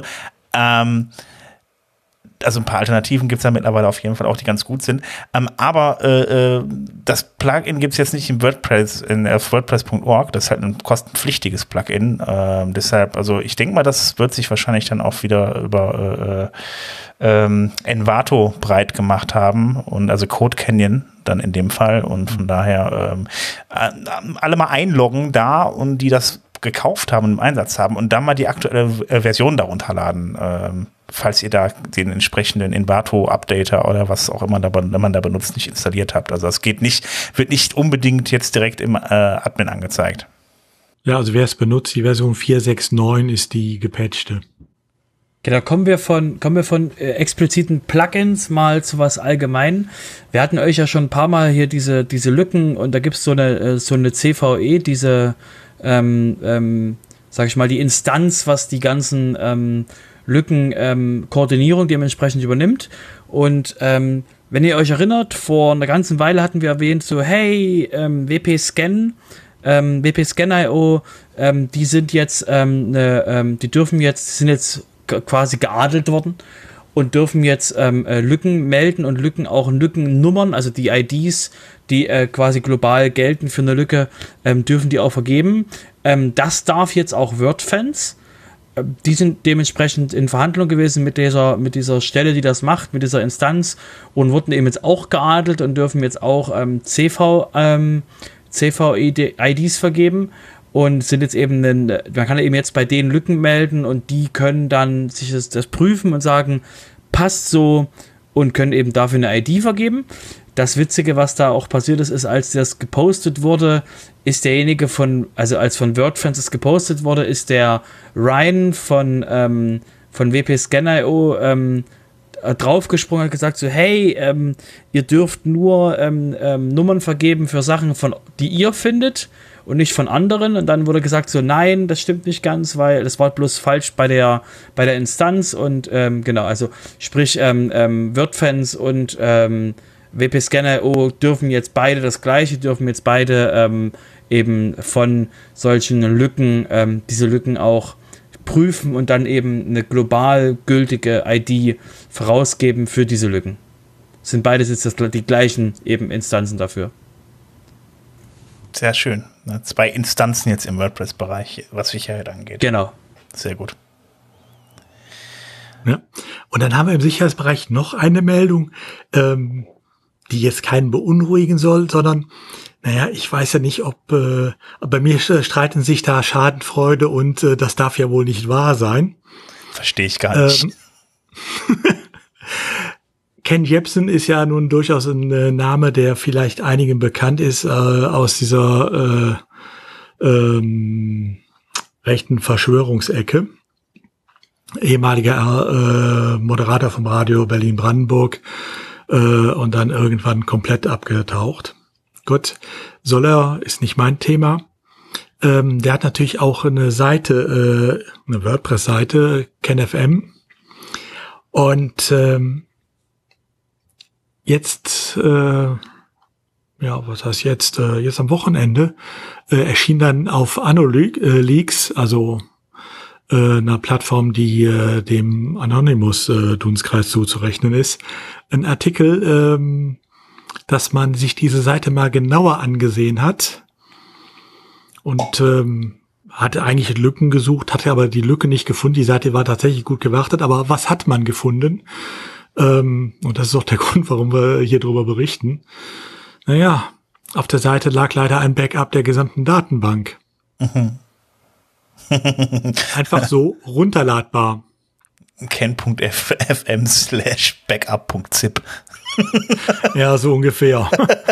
Also ein paar Alternativen gibt es da mittlerweile auf jeden Fall auch, die ganz gut sind. Aber das Plugin gibt es jetzt nicht im WordPress, auf WordPress.org. Das ist halt ein kostenpflichtiges Plugin. Deshalb, also ich denke mal, das wird sich wahrscheinlich dann auch wieder über Envato breit gemacht haben. Und also Code Canyon dann in dem Fall. Und von daher alle mal einloggen da und die das gekauft haben und im Einsatz haben und dann mal die aktuelle Version darunter laden, falls ihr da den entsprechenden Envato-Updater oder was auch immer man da benutzt, nicht installiert habt. Also das wird nicht unbedingt jetzt direkt im Admin angezeigt. Ja, also wer es benutzt, die Version 4.6.9 ist die gepatchte. Genau, kommen wir von expliziten Plugins mal zu was allgemein. Wir hatten euch ja schon ein paar Mal hier diese Lücken und da gibt es so eine CVE, diese sag ich mal, die Instanz, was die ganzen Lücken-Koordinierung dementsprechend übernimmt. Und wenn ihr euch erinnert, vor einer ganzen Weile hatten wir erwähnt, so hey, WP-Scan, WP-Scan.io, die sind jetzt, sind jetzt quasi geadelt worden und dürfen jetzt Lücken melden und Lücken auch Lückennummern, also die IDs, die quasi global gelten für eine Lücke, dürfen die auch vergeben. Das darf jetzt auch WordFans. Die sind dementsprechend in Verhandlung gewesen mit dieser Stelle, die das macht, mit dieser Instanz und wurden eben jetzt auch geadelt und dürfen jetzt auch CV-IDs vergeben und sind jetzt eben, man kann eben jetzt bei denen Lücken melden und die können dann sich das prüfen und sagen, passt so und können eben dafür eine ID vergeben. Das Witzige, was da auch passiert ist, als das gepostet wurde, ist derjenige als von WordFans es gepostet wurde, ist der Ryan von WP-Scan.io draufgesprungen, hat gesagt so, hey, ihr dürft nur Nummern vergeben für Sachen, die ihr findet und nicht von anderen. Und dann wurde gesagt so, nein, das stimmt nicht ganz, weil das war bloß falsch bei der Instanz und genau, also sprich WordFans und WP-Scan.io dürfen jetzt beide das Gleiche, dürfen jetzt beide eben von solchen Lücken, diese Lücken auch prüfen und dann eben eine global gültige ID vorausgeben für diese Lücken. Sind beides jetzt die gleichen eben Instanzen dafür. Sehr schön. 2 Instanzen jetzt im WordPress-Bereich, was Sicherheit angeht. Genau. Sehr gut. Ja. Und dann haben wir im Sicherheitsbereich noch eine Meldung, die jetzt keinen beunruhigen soll, sondern, naja, ich weiß ja nicht, ob bei mir streiten sich da Schadenfreude und das darf ja wohl nicht wahr sein. Verstehe ich gar nicht. Ken Jebsen ist ja nun durchaus ein Name, der vielleicht einigen bekannt ist aus dieser rechten Verschwörungsecke. Ehemaliger Moderator vom Radio Berlin-Brandenburg und dann irgendwann komplett abgetaucht. Gut, ist nicht mein Thema. Der hat natürlich auch eine Seite, eine WordPress-Seite, KenFM. Und jetzt, was heißt jetzt? Jetzt am Wochenende erschien dann auf AnnoLeaks, also einer Plattform, die dem Anonymous-Dunstkreis zuzurechnen ist, ein Artikel, dass man sich diese Seite mal genauer angesehen hat und hatte eigentlich Lücken gesucht, hatte aber die Lücke nicht gefunden. Die Seite war tatsächlich gut gewartet, aber was hat man gefunden? Und das ist auch der Grund, warum wir hier drüber berichten. Naja, auf der Seite lag leider ein Backup der gesamten Datenbank. Einfach so runterladbar. ken.fm/backup.zip. Ja, so ungefähr.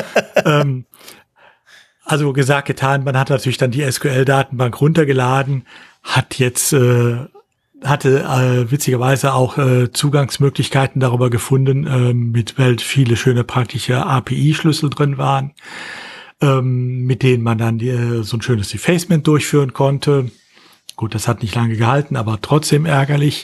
Also gesagt, getan, man hat natürlich dann die SQL-Datenbank runtergeladen, hatte witzigerweise auch Zugangsmöglichkeiten darüber gefunden, mit weil viele schöne praktische API-Schlüssel drin waren, mit denen man dann so ein schönes Defacement durchführen konnte. Gut, das hat nicht lange gehalten, aber trotzdem ärgerlich.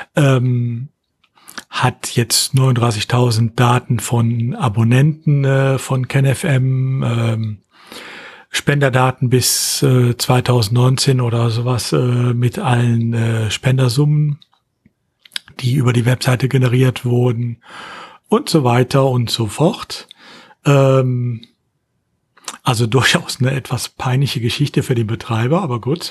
Hat jetzt 39.000 Daten von Abonnenten von KenFM, Spenderdaten bis 2019 oder sowas mit allen Spendersummen, die über die Webseite generiert wurden und so weiter und so fort. Also durchaus eine etwas peinliche Geschichte für den Betreiber, aber gut.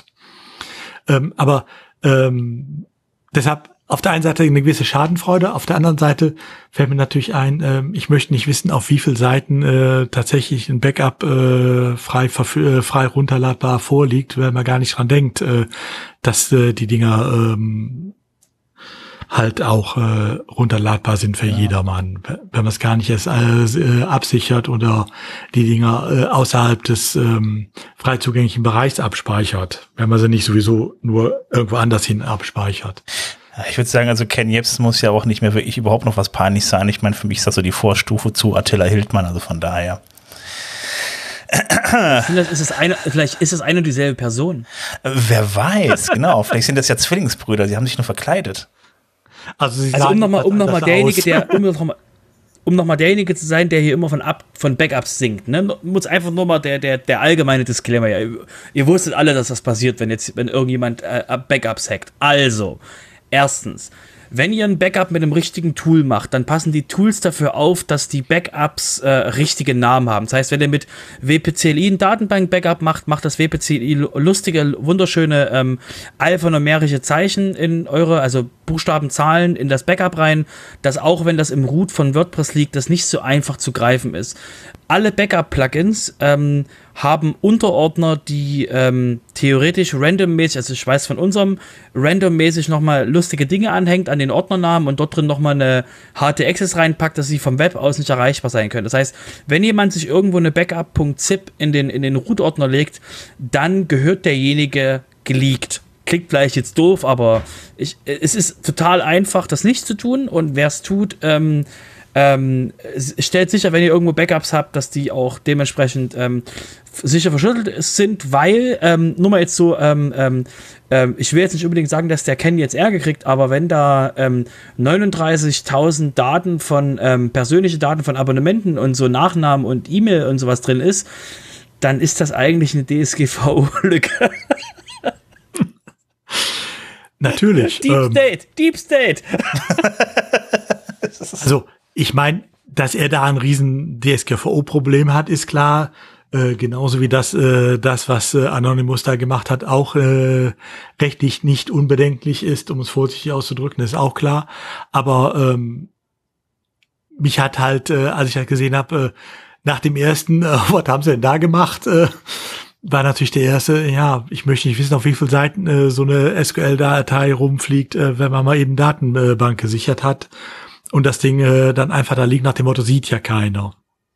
Deshalb auf der einen Seite eine gewisse Schadenfreude, auf der anderen Seite fällt mir natürlich ein, ich möchte nicht wissen, auf wie vielen Seiten tatsächlich ein Backup frei runterladbar vorliegt, weil man gar nicht dran denkt, dass die Dinger halt auch runterladbar sind für jedermann. Wenn man es gar nicht erst absichert oder die Dinger außerhalb des frei zugänglichen Bereichs abspeichert, wenn man sie nicht sowieso nur irgendwo anders hin abspeichert. Ich würde sagen, also Ken Jebsen muss ja auch nicht mehr wirklich überhaupt noch was peinlich sein. Ich meine, für mich ist das so die Vorstufe zu Attila Hildmann, also von daher. Vielleicht ist es eine und dieselbe Person. Wer weiß, genau. Vielleicht sind das ja Zwillingsbrüder, sie haben sich nur verkleidet. Also um nochmal derjenige zu sein, der hier immer von Backups singt, ne? Muss einfach nur mal der allgemeine Disclaimer. Ja, ihr wusstet alle, dass das passiert, wenn irgendjemand Backups hackt. Also, erstens, wenn ihr ein Backup mit einem richtigen Tool macht, dann passen die Tools dafür auf, dass die Backups richtige Namen haben. Das heißt, wenn ihr mit WPCLI ein Datenbank-Backup macht das WPCLI lustige, wunderschöne alphanumerische Zeichen in eure, also Buchstaben, Zahlen in das Backup rein, dass auch wenn das im Root von WordPress liegt, das nicht so einfach zu greifen ist. Alle Backup-Plugins haben Unterordner, die theoretisch randommäßig, also ich weiß von unserem, randommäßig nochmal lustige Dinge anhängt an den Ordnernamen und dort drin nochmal eine HT-Access reinpackt, dass sie vom Web aus nicht erreichbar sein können. Das heißt, wenn jemand sich irgendwo eine Backup.zip in den Root-Ordner legt, dann gehört derjenige geleakt. Klingt vielleicht jetzt doof, aber es ist total einfach, das nicht zu tun, und wer es tut, stellt sicher, wenn ihr irgendwo Backups habt, dass die auch dementsprechend sicher verschlüsselt sind, weil, nur mal jetzt so, ich will jetzt nicht unbedingt sagen, dass der Ken jetzt Ärger kriegt, aber wenn da 39.000 Daten von persönliche Daten von Abonnementen und so Nachnamen und E-Mail und sowas drin ist, dann ist das eigentlich eine DSGVO-Lücke. Natürlich. Deep State. Also, ich meine, dass er da ein riesen DSGVO-Problem hat, ist klar. Genauso wie das, was Anonymous da gemacht hat, auch rechtlich nicht unbedenklich ist, um es vorsichtig auszudrücken, ist auch klar. Aber mich hat halt, als ich halt gesehen habe, nach dem ersten, was haben sie denn da gemacht, war natürlich der erste, ja, ich möchte nicht wissen, auf wie vielen Seiten so eine SQL-Datei rumfliegt, wenn man mal eben Datenbank gesichert hat und das Ding dann einfach da liegt nach dem Motto, sieht ja keiner.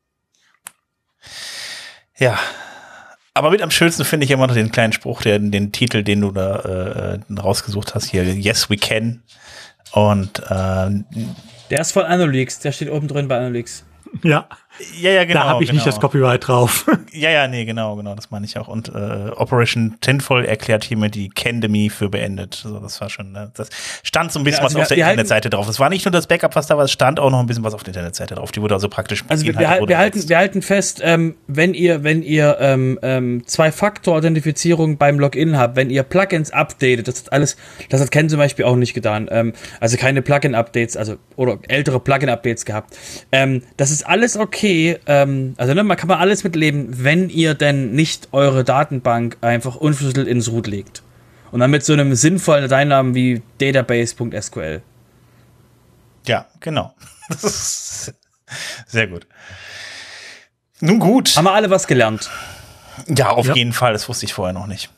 Ja, aber mit am schönsten finde ich immer noch den kleinen Spruch, den Titel, den du da rausgesucht hast, hier, Yes, we can. Und der ist von AnnoLeaks, der steht oben drin bei AnnoLeaks. Ja. Ja, genau. Da habe ich nicht das Copyright drauf. Ja, nee, genau, das meine ich auch. Und Operation Tinfoil erklärt hiermit die Candemy für beendet. So, das war schon, das stand so ein bisschen was auf der Internetseite drauf. Es war nicht nur das Backup, was da war, es stand auch noch ein bisschen was auf der Internetseite drauf. Die wurde also praktisch. Also wir halten fest, wenn ihr Zwei-Faktor-Authentifizierung beim Login habt, wenn ihr Plugins updatet, das hat Ken zum Beispiel auch nicht getan. Also keine Plugin-Updates, oder ältere Plugin-Updates gehabt. Das ist alles okay. Man kann mal alles mitleben, wenn ihr denn nicht eure Datenbank einfach unverschlüsselt ins Root legt. Und dann mit so einem sinnvollen Dateinamen wie database.sql. Ja, genau. Das ist sehr gut. Nun gut. Haben wir alle was gelernt? Ja, auf jeden Fall. Das wusste ich vorher noch nicht.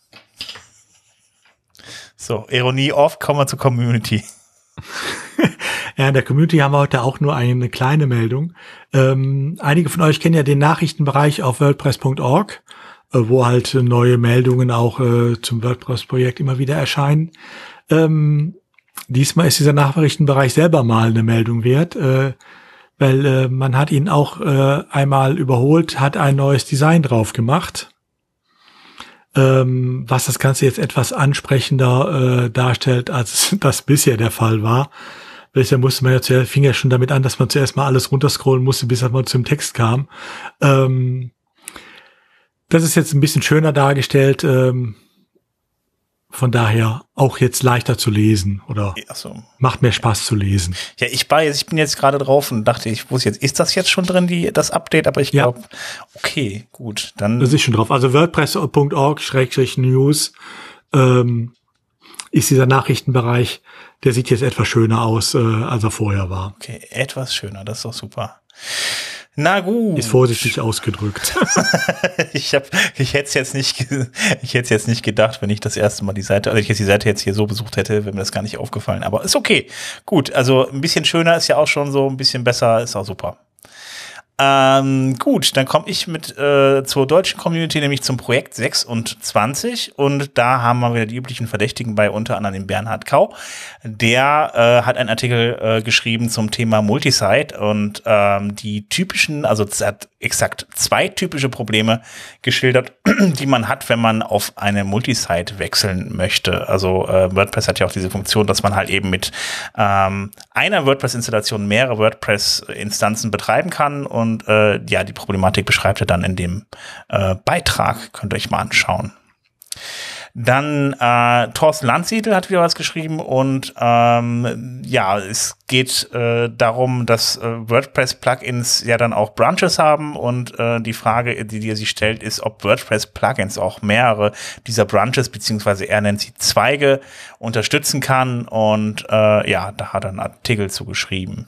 So, Ironie off, kommen wir zur Community. Ja, in der Community haben wir heute auch nur eine kleine Meldung. Einige von euch kennen ja den Nachrichtenbereich auf WordPress.org, wo halt neue Meldungen auch zum WordPress-Projekt immer wieder erscheinen. Diesmal ist dieser Nachrichtenbereich selber mal eine Meldung wert, weil man hat ihn auch einmal überholt, hat ein neues Design drauf gemacht, was das Ganze jetzt etwas ansprechender darstellt, als das bisher der Fall war. Bisher fing ja schon damit an, dass man zuerst mal alles runterscrollen musste, bis man zum Text kam. Das ist jetzt ein bisschen schöner dargestellt, von daher auch jetzt leichter zu lesen oder macht mehr Spaß zu lesen. Ja, ich bin jetzt gerade drauf und dachte, ich wusste jetzt, ist das jetzt schon drin, das Update? Aber ich glaube, okay, gut, dann. Das ist schon drauf. Also WordPress.org/news ist dieser Nachrichtenbereich, der sieht jetzt etwas schöner aus, als er vorher war. Okay, etwas schöner, das ist doch super. Na gut. Ist vorsichtig ausgedrückt. Ich hätte es jetzt nicht gedacht, wenn ich das erste Mal die Seite jetzt hier so besucht hätte, wäre mir das gar nicht aufgefallen. Aber ist okay. Gut, also ein bisschen schöner ist ja auch schon so, ein bisschen besser ist auch super. Gut, dann komme ich mit zur deutschen Community, nämlich zum Projekt 26 und da haben wir wieder die üblichen Verdächtigen bei, unter anderem den Bernhard Kau. Der hat einen Artikel geschrieben zum Thema Multisite und die typischen, also es hat exakt 2 typische Probleme geschildert, die man hat, wenn man auf eine Multisite wechseln möchte. Also WordPress hat ja auch diese Funktion, dass man halt eben mit einer WordPress-Installation mehrere WordPress-Instanzen betreiben kann und die Problematik beschreibt er dann in dem Beitrag. Könnt ihr euch mal anschauen. Dann Thorsten Landsiedel hat wieder was geschrieben und es geht darum, dass WordPress-Plugins ja dann auch Branches haben und die Frage, die er sich stellt, ist, ob WordPress-Plugins auch mehrere dieser Branches, beziehungsweise er nennt sie Zweige, unterstützen kann und da hat er einen Artikel zu geschrieben.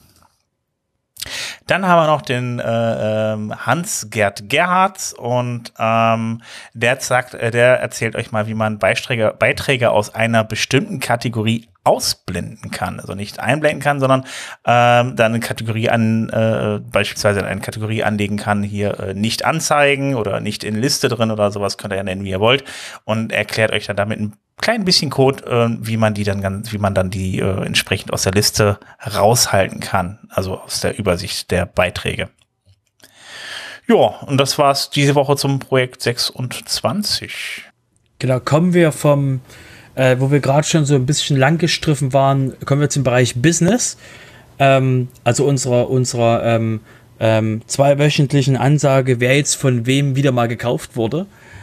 Dann haben wir noch den Hans-Gerd Gerhards und der erzählt euch mal, wie man Beiträge aus einer bestimmten Kategorie ausblenden kann. Also nicht einblenden kann, sondern dann eine Kategorie beispielsweise eine Kategorie anlegen kann, hier nicht anzeigen oder nicht in Liste drin oder sowas, könnt ihr ja nennen, wie ihr wollt. Und erklärt euch dann damit ein klein bisschen Code, wie man dann die entsprechend aus der Liste raushalten kann, also aus der Übersicht der Beiträge. Ja, und das war's diese Woche zum Projekt 26. Genau, kommen wir vom, wo wir gerade schon so ein bisschen lang gestriffen waren, kommen wir zum Bereich Business. Also unserer 2-wöchentlichen Ansage, wer jetzt von wem wieder mal gekauft wurde.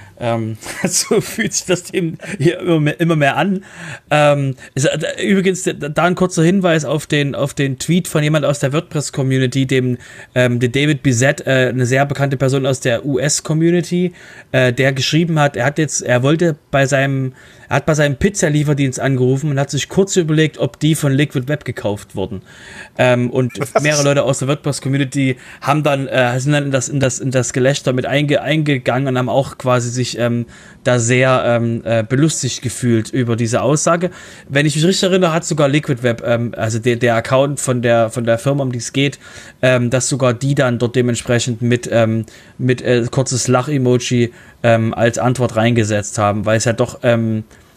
So fühlt sich das dem hier immer mehr an. Übrigens, da ein kurzer Hinweis auf den Tweet von jemand aus der WordPress-Community, dem David Bizet, eine sehr bekannte Person aus der US-Community, der geschrieben hat, er hat bei seinem Pizzalieferdienst angerufen und hat sich kurz überlegt, ob die von Liquid Web gekauft wurden. Und mehrere Leute aus der WordPress-Community sind dann in das Gelächter mit eingegangen und haben auch quasi sich da sehr belustigt gefühlt über diese Aussage. Wenn ich mich richtig erinnere, hat sogar Liquid Web, also der Account von der Firma, um die es geht, dass sogar die dann dort dementsprechend mit kurzes Lach-Emoji als Antwort reingesetzt haben, weil es ja doch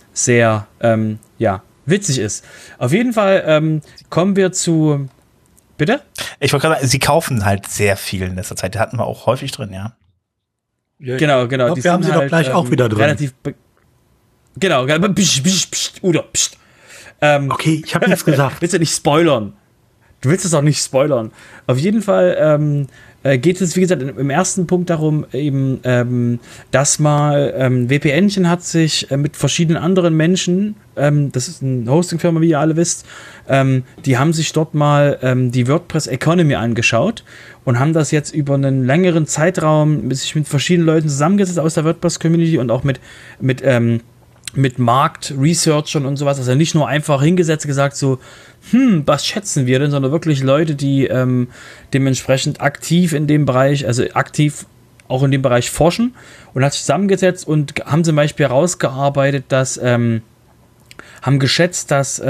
sehr witzig ist. Auf jeden Fall kommen wir zu Bitte? Ich wollte gerade sagen, sie kaufen halt sehr viel in letzter Zeit. Die hatten wir auch häufig drin, ja. Genau. Ich glaub, wir haben sie doch gleich auch wieder drin. Relativ genau. Udo, pst. Okay, ich habe nichts gesagt. Willst du nicht spoilern? Du willst es auch nicht spoilern. Auf jeden Fall geht es, wie gesagt, im ersten Punkt darum, eben, dass mal WPNchen hat sich mit verschiedenen anderen Menschen, das ist eine Hosting-Firma, wie ihr alle wisst, die haben sich dort mal die WordPress Economy angeschaut und haben das jetzt über einen längeren Zeitraum sich mit verschiedenen Leuten zusammengesetzt aus der WordPress-Community und auch mit Markt-Researchern und sowas, also nicht nur einfach hingesetzt gesagt so, was schätzen wir denn, sondern wirklich Leute, die dementsprechend aktiv in dem Bereich, also aktiv auch in dem Bereich forschen und hat sich zusammengesetzt und haben zum Beispiel herausgearbeitet, dass haben geschätzt, dass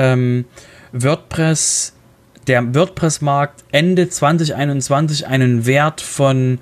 der WordPress-Markt Ende 2021 einen Wert von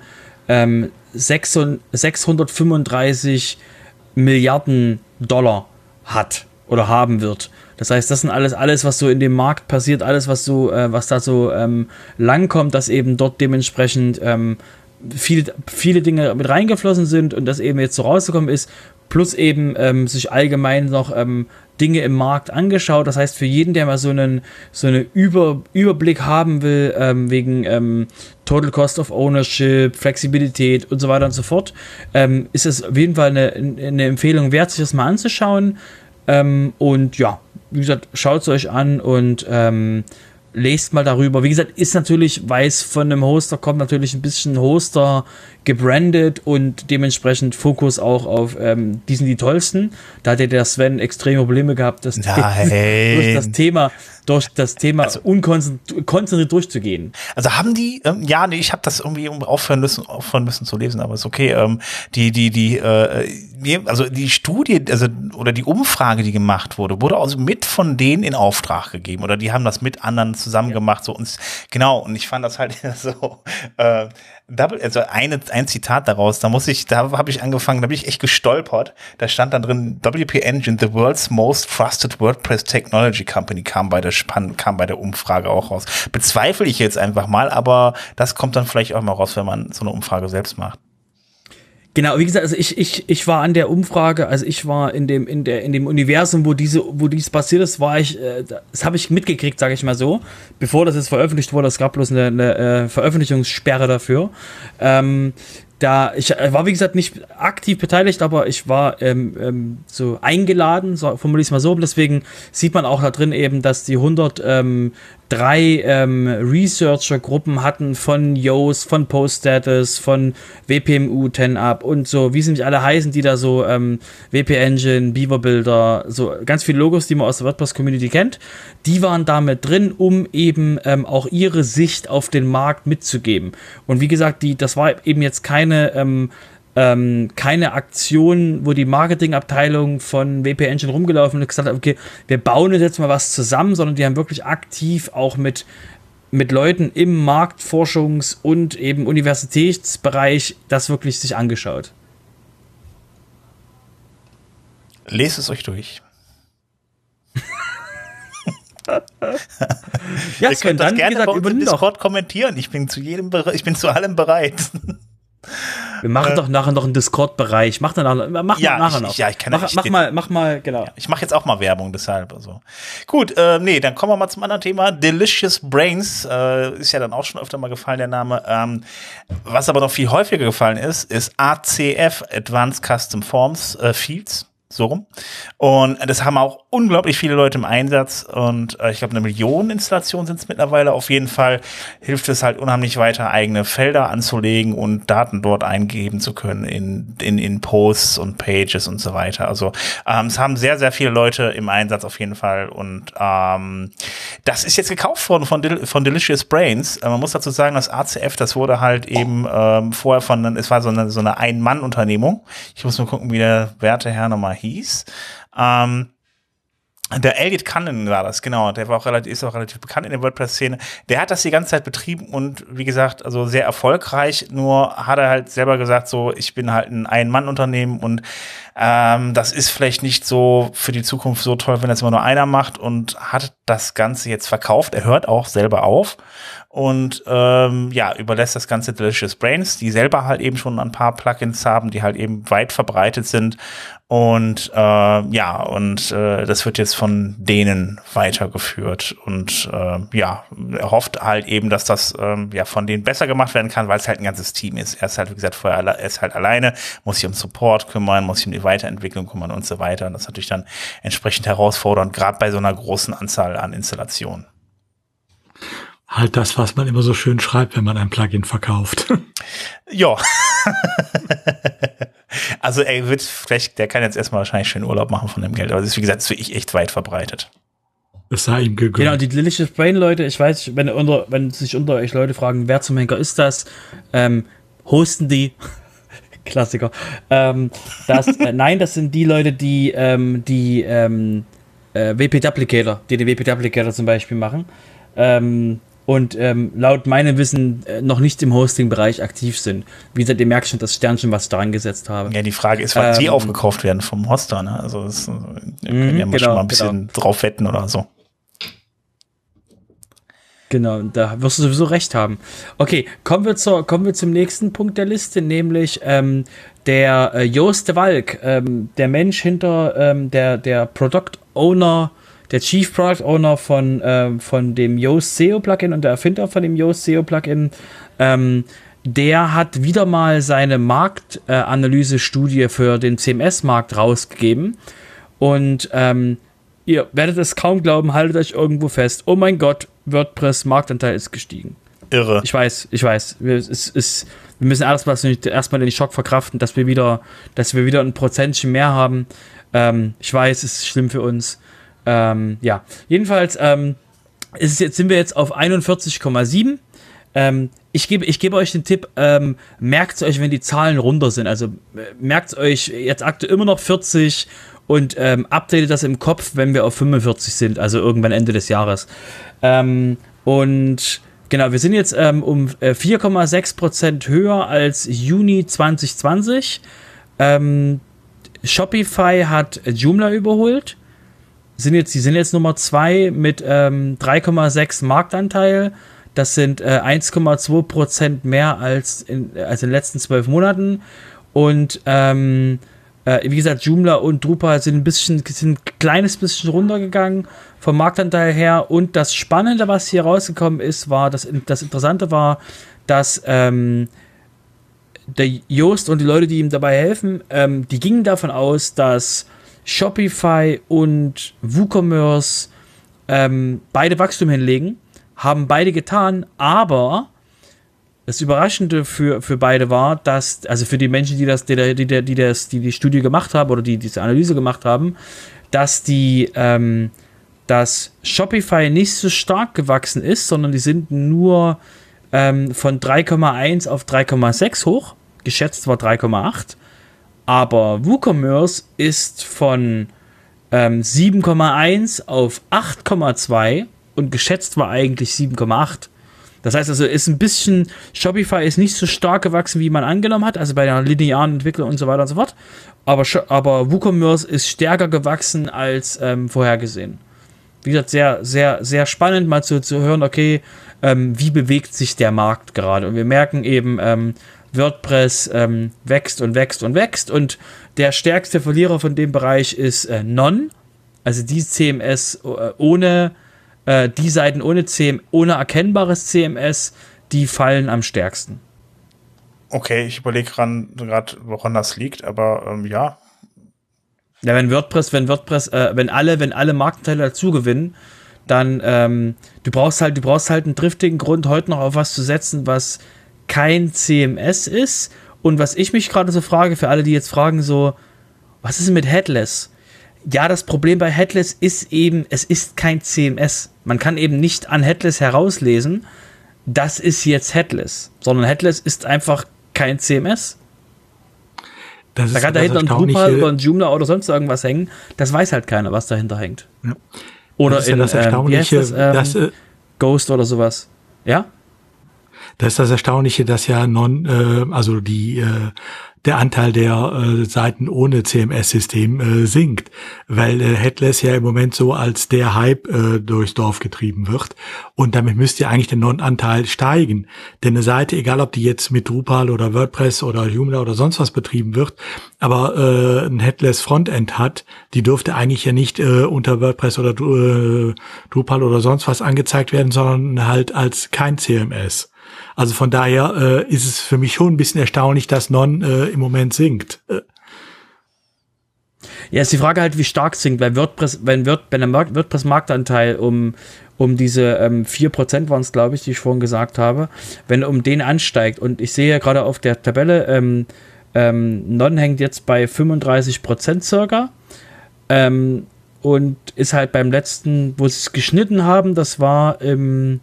635 Milliarden Dollar hat oder haben wird. Das heißt, das sind alles, was so in dem Markt passiert, alles, was so, was da so langkommt, dass eben dort dementsprechend viele Dinge mit reingeflossen sind und das eben jetzt so rausgekommen ist, plus eben sich allgemein noch Dinge im Markt angeschaut. Das heißt, für jeden, der mal so einen Überblick haben will, wegen Total Cost of Ownership, Flexibilität und so weiter und so fort, ist es auf jeden Fall eine Empfehlung wert, sich das mal anzuschauen. Und ja, wie gesagt, schaut es euch an und lest mal darüber. Wie gesagt, ist natürlich, weil es von einem Hoster kommt, natürlich ein bisschen Hoster gebrandet und dementsprechend Fokus auch auf die sind die tollsten. Da hat ja der Sven extreme Probleme gehabt, durch das Thema also, unkonzentriert durchzugehen. Also haben die, ich habe das irgendwie aufhören müssen zu lesen, aber ist okay. Also die Studie, oder die Umfrage, die gemacht wurde also mit von denen in Auftrag gegeben oder die haben das mit anderen zusammen gemacht, so und genau. Und ich fand das halt so, ein Zitat daraus, da habe ich angefangen, da bin ich echt gestolpert. Da stand dann drin, WP Engine, the world's most trusted WordPress Technology Company, kam bei der Umfrage auch raus. Bezweifle ich jetzt einfach mal, aber das kommt dann vielleicht auch mal raus, wenn man so eine Umfrage selbst macht. Genau, wie gesagt, also ich war an der Umfrage, also ich war in dem Universum, wo dies passiert ist, das habe ich mitgekriegt, sage ich mal so, bevor das jetzt veröffentlicht wurde. Es gab bloß eine Veröffentlichungssperre dafür. Ich war, wie gesagt, nicht aktiv beteiligt, aber ich war so eingeladen, so formuliere ich es mal so. Deswegen sieht man auch da drin eben, dass die 103 Researcher-Gruppen hatten von Yoast, von PostStatus, von WPMU 10up und so, wie sie nicht alle heißen, die da so WP Engine, Beaver Builder, so ganz viele Logos, die man aus der WordPress-Community kennt, die waren da mit drin, um eben auch ihre Sicht auf den Markt mitzugeben. Und wie gesagt, das war eben jetzt keine Aktion, wo die Marketingabteilung von WP Engine rumgelaufen und gesagt hat, okay, wir bauen jetzt mal was zusammen, sondern die haben wirklich aktiv auch mit Leuten im Marktforschungs- und eben Universitätsbereich das wirklich sich angeschaut. Lest es euch durch. Ja, Sven, dann gerne gesagt, bei uns im Discord kommentieren. Ich bin zu allem bereit. Wir machen doch nachher noch einen Discord-Bereich. Mach nachher noch. Ja, ich kann mach mal, genau. Ja, ich mache jetzt auch mal Werbung, deshalb. Also. Gut, dann kommen wir mal zum anderen Thema. Delicious Brains ist ja dann auch schon öfter mal gefallen, der Name. Was aber noch viel häufiger gefallen ist ACF, Advanced Custom Forms Fields. So rum. Und das haben auch unglaublich viele Leute im Einsatz und ich glaube 1 Million Installationen sind es mittlerweile. Auf jeden Fall hilft es halt unheimlich weiter, eigene Felder anzulegen und Daten dort eingeben zu können in Posts und Pages und so weiter. Also es haben sehr, sehr viele Leute im Einsatz auf jeden Fall und das ist jetzt gekauft worden von Delicious Brains. Man muss dazu sagen, das ACF, das wurde halt eben vorher es war so eine Ein-Mann-Unternehmung. Ich muss nur gucken, wie der Werteherr nochmal hieß. Der Elliot Cunningham war das, genau. Der ist auch relativ bekannt in der WordPress-Szene. Der hat das die ganze Zeit betrieben und wie gesagt, also sehr erfolgreich. Nur hat er halt selber gesagt, so, ich bin halt ein Ein-Mann-Unternehmen und das ist vielleicht nicht so für die Zukunft so toll, wenn das immer nur einer macht und hat das Ganze jetzt verkauft. Er hört auch selber auf und überlässt das Ganze Delicious Brains, die selber halt eben schon ein paar Plugins haben, die halt eben weit verbreitet sind und das wird jetzt von denen weitergeführt und er hofft halt eben, dass das von denen besser gemacht werden kann, weil es halt ein ganzes Team ist. Er ist halt, wie gesagt, er ist halt alleine, muss sich um Support kümmern, muss sich um die Weiterentwicklung kümmern und so weiter und das ist natürlich dann entsprechend herausfordernd, gerade bei so einer großen Anzahl an Installationen. Halt das, was man immer so schön schreibt, wenn man ein Plugin verkauft. Ja. Also der kann jetzt erstmal wahrscheinlich schön Urlaub machen von dem Geld, aber das ist, wie gesagt, wirklich echt weit verbreitet. Es sei ihm gegönnt. Genau, die Delicious Brain Leute, ich weiß, wenn sich unter euch Leute fragen, wer zum Henker ist das, hosten die, Klassiker, nein, das sind die Leute, die WP-Duplicator, die den WP-Duplicator zum Beispiel machen, und laut meinem Wissen noch nicht im Hosting-Bereich aktiv sind. Wie gesagt, ihr merkt schon das Sternchen, was ich da angesetzt habe. Ja, die Frage ist, wann sie aufgekauft werden vom Hoster, ne? Also wir können ja mal schon mal ein bisschen drauf wetten oder so. Genau, da wirst du sowieso recht haben. Okay, kommen wir zum nächsten Punkt der Liste, nämlich der Joost de Walk, der Mensch hinter der Product Owner, der Chief Product Owner von dem Yoast SEO Plugin und der Erfinder von dem Yoast SEO Plugin, der hat wieder mal seine Marktanalyse-Studie für den CMS-Markt rausgegeben und ihr werdet es kaum glauben, haltet euch irgendwo fest. Oh mein Gott, WordPress-Marktanteil ist gestiegen. Irre. Ich weiß. Wir müssen erstmal den Schock verkraften, dass wir wieder ein Prozentchen mehr haben. Ich weiß, es ist schlimm für uns. Jedenfalls sind wir jetzt auf 41,7. Ich gebe euch den Tipp, merkt es euch, wenn die Zahlen runter sind. Also merkt es euch jetzt aktuell immer noch 40 und updatet das im Kopf, wenn wir auf 45 sind, also irgendwann Ende des Jahres. Und genau, wir sind jetzt um 4,6% höher als Juni 2020. Shopify hat Joomla überholt. Die sind jetzt Nummer 2 mit 3,6 Marktanteil. Das sind 1,2% mehr als in den letzten 12 Monaten. Und wie gesagt, Joomla und Drupal sind ein kleines bisschen runtergegangen vom Marktanteil her. Und das Spannende, was hier rausgekommen ist, das Interessante war, dass der Joost und die Leute, die ihm dabei helfen, die gingen davon aus, dass Shopify und WooCommerce beide Wachstum hinlegen, haben beide getan, aber das Überraschende für beide war, dass, also für die Menschen, die Studie gemacht haben oder die diese Analyse gemacht haben, dass dass Shopify nicht so stark gewachsen ist, sondern die sind nur von 3,1 auf 3,6 hoch, geschätzt war 3,8, aber WooCommerce ist von 7,1 auf 8,2 und geschätzt war eigentlich 7,8. Das heißt also, Shopify ist nicht so stark gewachsen, wie man angenommen hat, also bei der linearen Entwicklung und so weiter und so fort, aber WooCommerce ist stärker gewachsen als vorhergesehen. Wie gesagt, sehr, sehr, sehr spannend mal zu hören, okay, wie bewegt sich der Markt gerade. Und wir merken eben, WordPress wächst und wächst und wächst und der stärkste Verlierer von dem Bereich ist Non, also die CMS die Seiten ohne erkennbares CMS, die fallen am stärksten. Okay, ich überlege gerade, woran das liegt, aber ja. Ja, wenn alle Marktanteile dazu gewinnen, dann du brauchst halt einen triftigen Grund, heute noch auf was zu setzen, was kein CMS ist. Und was ich mich gerade so frage, für alle, die jetzt fragen so, was ist denn mit Headless? Ja, das Problem bei Headless ist eben, es ist kein CMS. Man kann eben nicht an Headless herauslesen, das ist jetzt Headless, sondern Headless ist einfach kein CMS. Da kann dahinter ein Drupal oder ein Joomla oder sonst irgendwas hängen. Das weiß halt keiner, was dahinter hängt. Ja. Oder das ist ja das Erstaunliche, Ghost oder sowas. Ja? Da ist das Erstaunliche, dass ja der Anteil der Seiten ohne CMS-System sinkt, weil Headless ja im Moment so als der Hype durchs Dorf getrieben wird und damit müsste ja eigentlich der Non-Anteil steigen. Denn eine Seite, egal ob die jetzt mit Drupal oder WordPress oder Joomla oder sonst was betrieben wird, aber ein Headless Frontend hat, die dürfte eigentlich ja nicht unter WordPress oder Drupal oder sonst was angezeigt werden, sondern halt als kein CMS. Also von daher ist es für mich schon ein bisschen erstaunlich, dass Non im Moment sinkt. Ja, ist die Frage halt, wie stark sinkt, weil wenn der WordPress-Marktanteil um diese 4% waren es, glaube ich, die ich vorhin gesagt habe, wenn um den ansteigt und ich sehe ja gerade auf der Tabelle, Non hängt jetzt bei 35% circa und ist halt beim letzten, wo sie es geschnitten haben, das war im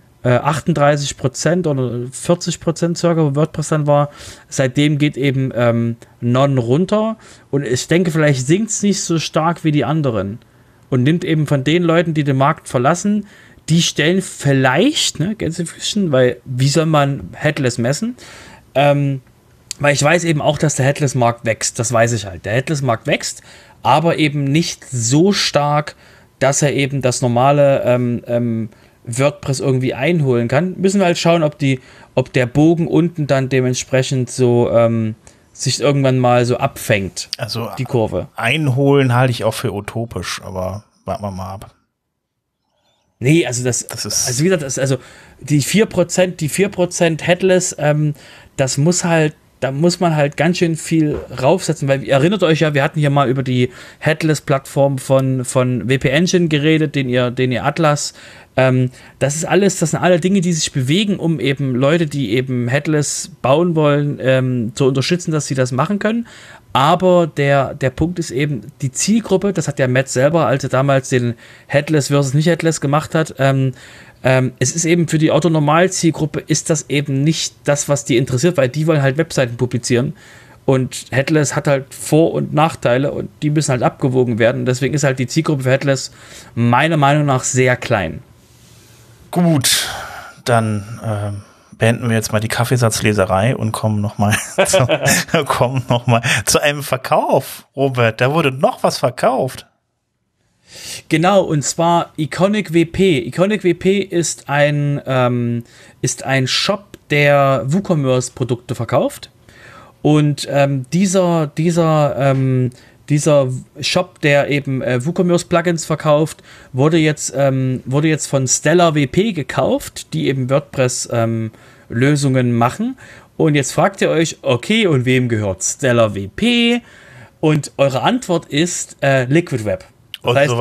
38% oder 40% circa, wo WordPress dann war. Seitdem geht eben Non runter und ich denke, vielleicht sinkt es nicht so stark wie die anderen und nimmt eben von den Leuten, die den Markt verlassen, die stellen vielleicht, Gänsefüßchen, weil wie soll man Headless messen? Weil ich weiß eben auch, dass der Headless-Markt wächst, das weiß ich halt. Der Headless-Markt wächst, aber eben nicht so stark, dass er eben das normale WordPress irgendwie einholen kann. Müssen wir halt schauen, ob der Bogen unten dann dementsprechend so sich irgendwann mal so abfängt. Also die Kurve. Einholen halte ich auch für utopisch, aber warten wir mal ab. Nee, also das ist, also wie gesagt, also die 4% Headless, das muss halt, da muss man halt ganz schön viel raufsetzen, weil ihr erinnert euch ja, wir hatten hier mal über die Headless-Plattform von WP Engine geredet, den ihr Atlas, das sind alle Dinge, die sich bewegen, um eben Leute, die eben Headless bauen wollen, zu unterstützen, dass sie das machen können. Aber der Punkt ist eben, die Zielgruppe, das hat ja Matt selber, als er damals den Headless versus nicht Headless gemacht hat, es ist eben für die Autonormal-Zielgruppe ist das eben nicht das, was die interessiert, weil die wollen halt Webseiten publizieren und Headless hat halt Vor- und Nachteile und die müssen halt abgewogen werden. Deswegen ist halt die Zielgruppe für Headless meiner Meinung nach sehr klein. Gut, dann beenden wir jetzt mal die Kaffeesatzleserei und kommen noch mal zu einem Verkauf. Robert, da wurde noch was verkauft. Genau, und zwar Iconic WP. Iconic WP ist ein Shop, der WooCommerce-Produkte verkauft. Und dieser Shop, der eben WooCommerce-Plugins verkauft, wurde jetzt von Stellar WP gekauft, die eben WordPress-Lösungen machen. Und jetzt fragt ihr euch, okay, und wem gehört Stellar WP? Und eure Antwort ist Liquid Web. Das heißt,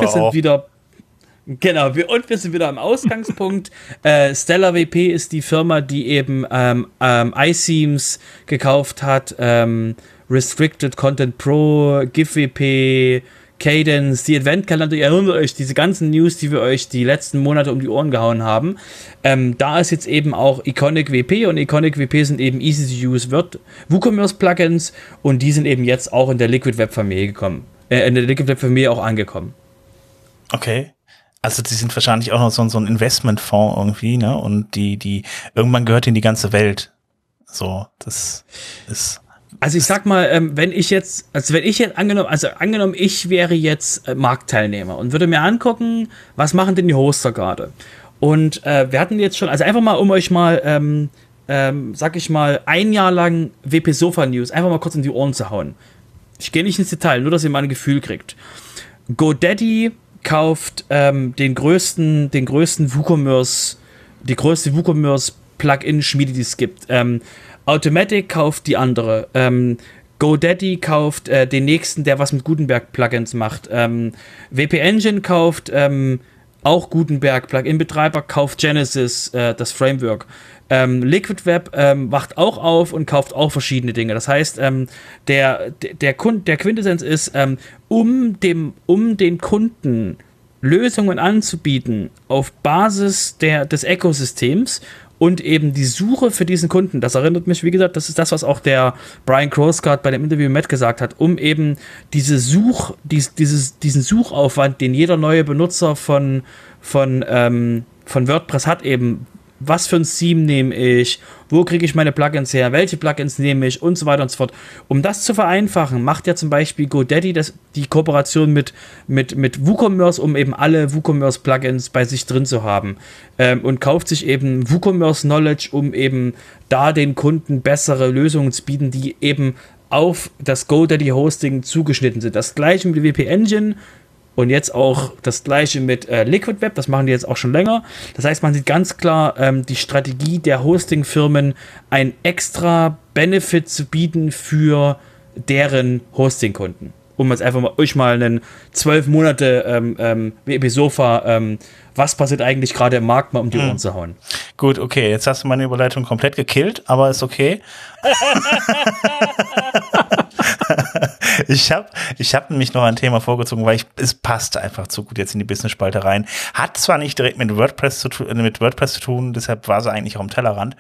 wir sind wieder am Ausgangspunkt. Stellar WP ist die Firma, die eben iThemes gekauft hat, Restricted Content Pro, GIF-WP, Cadence, die Adventkalender, ihr erinnert euch, diese ganzen News, die wir euch die letzten Monate um die Ohren gehauen haben. Da ist jetzt eben auch Iconic WP und Iconic WP sind eben easy-to-use WooCommerce-Plugins und die sind eben jetzt auch in der Liquid Web-Familie gekommen. In der Liquid Web-Familie auch angekommen. Okay. Also die sind wahrscheinlich auch noch so ein Investmentfonds irgendwie, ne? Und die irgendwann gehört ihnen die ganze Welt. So, das ist. Also ich sag mal, angenommen, ich wäre jetzt Marktteilnehmer und würde mir angucken, was machen denn die Hoster gerade? Und wir hatten jetzt schon, also einfach mal, um euch mal, sag ich mal, ein Jahr lang WP Sofa News einfach mal kurz in die Ohren zu hauen. Ich gehe nicht ins Detail, nur dass ihr mal ein Gefühl kriegt. GoDaddy kauft die größte WooCommerce-Plugin-Schmiede, die es gibt. Automatic kauft die andere. GoDaddy kauft den nächsten, der was mit Gutenberg-Plugins macht. WP Engine kauft auch Gutenberg, Plugin-Betreiber, kauft Genesis, das Framework. Liquid Web wacht auch auf und kauft auch verschiedene Dinge. Das heißt, der Quintessenz ist, um den Kunden Lösungen anzubieten auf Basis des Ökosystems und eben die Suche für diesen Kunden, das erinnert mich, wie gesagt, das ist das, was auch der Brian Crosscard bei dem Interview mit Matt gesagt hat, um eben diesen Suchaufwand, den jeder neue Benutzer von WordPress hat, eben was für ein Theme nehme ich, wo kriege ich meine Plugins her, welche Plugins nehme ich und so weiter und so fort. Um das zu vereinfachen, macht ja zum Beispiel GoDaddy die Kooperation mit WooCommerce, um eben alle WooCommerce-Plugins bei sich drin zu haben, und kauft sich eben WooCommerce Knowledge, um eben da den Kunden bessere Lösungen zu bieten, die eben auf das GoDaddy-Hosting zugeschnitten sind. Das gleiche mit WP Engine. Und jetzt auch das Gleiche mit Liquid Web, das machen die jetzt auch schon länger. Das heißt, man sieht ganz klar die Strategie der Hosting-Firmen, ein extra Benefit zu bieten für deren Hosting-Kunden. Um jetzt einfach mal euch mal einen 12 Monate WP-Sofa, was passiert eigentlich gerade im Markt, mal um die Ohren zu hauen. Gut, okay, jetzt hast du meine Überleitung komplett gekillt, aber ist okay. Ich hab nämlich noch ein Thema vorgezogen, weil es passt einfach zu gut jetzt in die Business-Spalte rein. Hat zwar nicht direkt mit WordPress zu tun, deshalb war sie eigentlich auch am Tellerrand.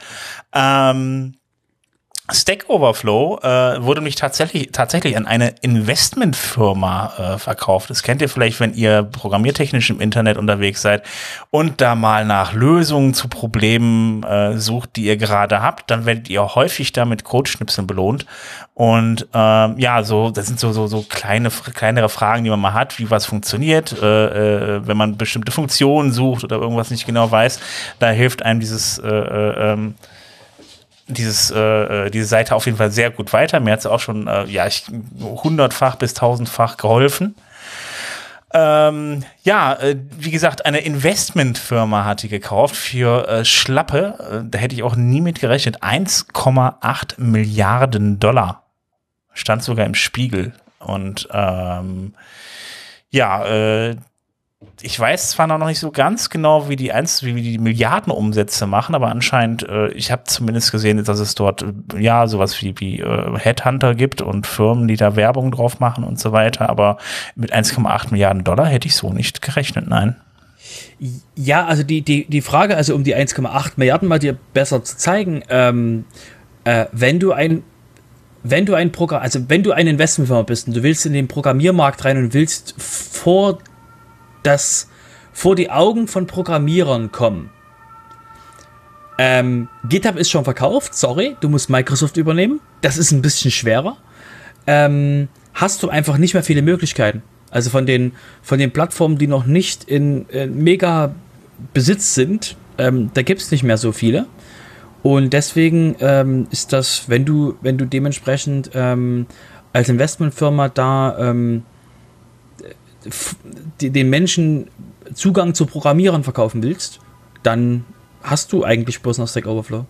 Stack Overflow wurde mich tatsächlich an eine Investmentfirma verkauft. Das kennt ihr vielleicht, wenn ihr programmiertechnisch im Internet unterwegs seid und da mal nach Lösungen zu Problemen sucht, die ihr gerade habt, dann werdet ihr häufig da mit Codeschnipseln belohnt. Und das sind so kleinere Fragen, die man mal hat, wie was funktioniert, wenn man bestimmte Funktionen sucht oder irgendwas nicht genau weiß, da hilft einem diese Seite auf jeden Fall sehr gut weiter. Mir hat es auch schon 100-fach bis 1000-fach geholfen. Wie gesagt, eine Investmentfirma hat die gekauft für schlappe, da hätte ich auch nie mit gerechnet, 1,8 Milliarden $. Stand sogar im Spiegel. Und ich weiß zwar noch nicht so ganz genau, wie die Milliardenumsätze machen, aber anscheinend, ich habe zumindest gesehen, dass es dort sowas wie Headhunter gibt und Firmen, die da Werbung drauf machen und so weiter, aber mit 1,8 Milliarden $, hätte ich so nicht gerechnet, nein. Ja, also die Frage, also um die 1,8 Milliarden mal dir besser zu zeigen, wenn du eine Investmentfirma bist und du willst in den Programmiermarkt rein und willst vor die Augen von Programmierern kommen. GitHub ist schon verkauft, sorry, du musst Microsoft übernehmen. Das ist ein bisschen schwerer. Hast du einfach nicht mehr viele Möglichkeiten. Also von den Plattformen, die noch nicht in mega Besitz sind, da gibt es nicht mehr so viele. Und deswegen ist das, wenn du dementsprechend als Investmentfirma da den Menschen Zugang zu Programmierern verkaufen willst, dann hast du eigentlich bloß noch Stack Overflow.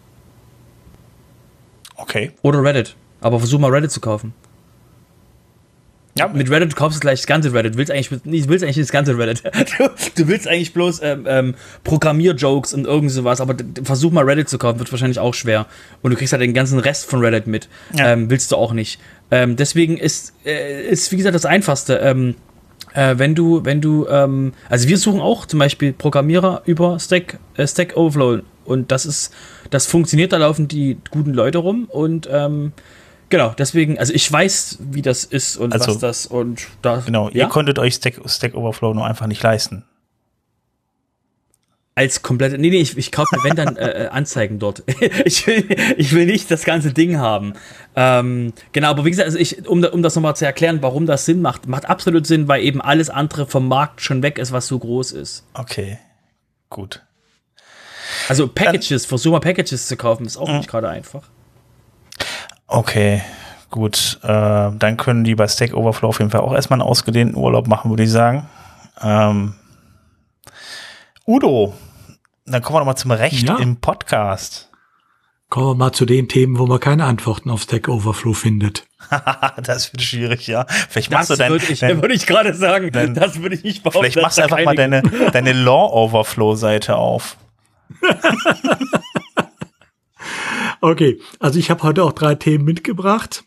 Okay. Oder Reddit. Aber versuch mal Reddit zu kaufen. Ja. Mit Reddit kaufst du gleich das ganze Reddit. Du willst eigentlich nicht das ganze Reddit. Du willst eigentlich bloß Programmier-Jokes und irgend sowas, aber versuch mal Reddit zu kaufen, wird wahrscheinlich auch schwer. Und du kriegst halt den ganzen Rest von Reddit mit. Ja. Willst du auch nicht. Deswegen ist, wie gesagt, das Einfachste. Wenn du, also wir suchen auch zum Beispiel Programmierer über Stack Overflow und das funktioniert, da laufen die guten Leute rum und genau, deswegen, also ich weiß, wie das ist und was das und das. Genau, ihr konntet euch Stack Overflow nur einfach nicht leisten. Als komplette, nee, ich kaufe mir, wenn dann Anzeigen dort. Ich will nicht das ganze Ding haben. Genau, aber wie gesagt, also um das nochmal zu erklären, warum das Sinn macht absolut Sinn, weil eben alles andere vom Markt schon weg ist, was so groß ist. Okay, gut. Also Packages, versuch mal Packages zu kaufen, ist auch nicht gerade einfach. Okay, gut. Dann können die bei Stack Overflow auf jeden Fall auch erstmal einen ausgedehnten Urlaub machen, würde ich sagen. Udo, dann kommen wir noch mal zum Recht im Podcast. Kommen wir mal zu den Themen, wo man keine Antworten auf Stack Overflow findet. Das wird schwierig, ja. Vielleicht machst du würde ich gerade sagen, das würde ich nicht behaupten. Vielleicht machst du einfach mal deine Law Overflow-Seite auf. Okay, also ich habe heute auch 3 Themen mitgebracht.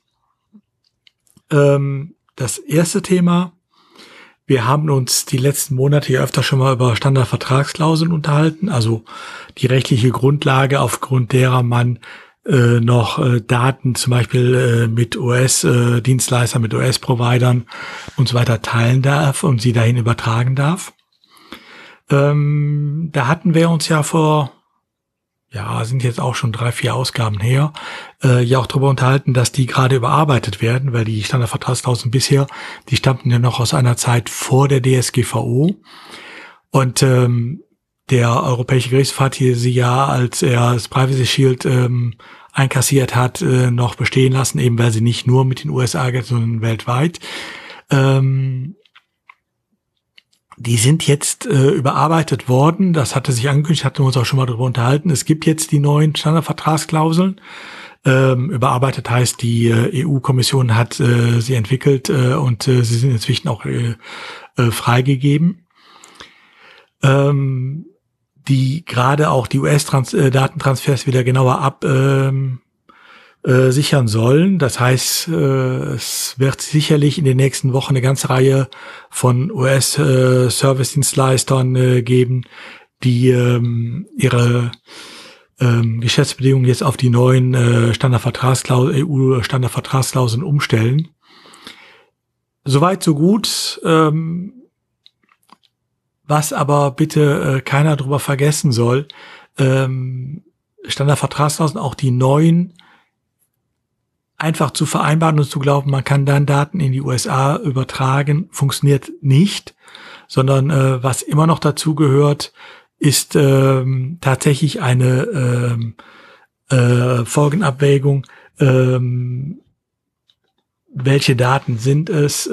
Das erste Thema: Wir haben uns die letzten Monate hier öfter schon mal über Standardvertragsklauseln unterhalten, also die rechtliche Grundlage, aufgrund derer man noch Daten zum Beispiel mit US-Dienstleistern, mit US-Providern und so weiter teilen darf und sie dahin übertragen darf. Da hatten wir uns ja vor ja, sind jetzt auch schon 3-4 Ausgaben her, ja auch darüber unterhalten, dass die gerade überarbeitet werden, weil die Standardvertragsklauseln bisher, die stammten ja noch aus einer Zeit vor der DSGVO. Und der Europäische Gerichtshof hat hier sie ja, als er das Privacy Shield einkassiert hat, noch bestehen lassen, eben weil sie nicht nur mit den USA geht, sondern weltweit. Die sind jetzt überarbeitet worden. Das hatte sich angekündigt, hatten wir uns auch schon mal darüber unterhalten. Es gibt jetzt die neuen Standardvertragsklauseln. Überarbeitet heißt, die EU-Kommission hat sie entwickelt und sie sind inzwischen auch freigegeben. Die gerade auch die US-Datentransfers wieder genauer sichern sollen. Das heißt, es wird sicherlich in den nächsten Wochen eine ganze Reihe von US-Service-Dienstleistern geben, die ihre Geschäftsbedingungen jetzt auf die neuen EU-Standardvertragsklauseln umstellen. Soweit, so gut. Was aber bitte keiner drüber vergessen soll, Standardvertragsklauseln, auch die neuen, einfach zu vereinbaren und zu glauben, man kann dann Daten in die USA übertragen, funktioniert nicht, sondern was immer noch dazu gehört, ist tatsächlich eine Folgenabwägung, welche Daten sind es,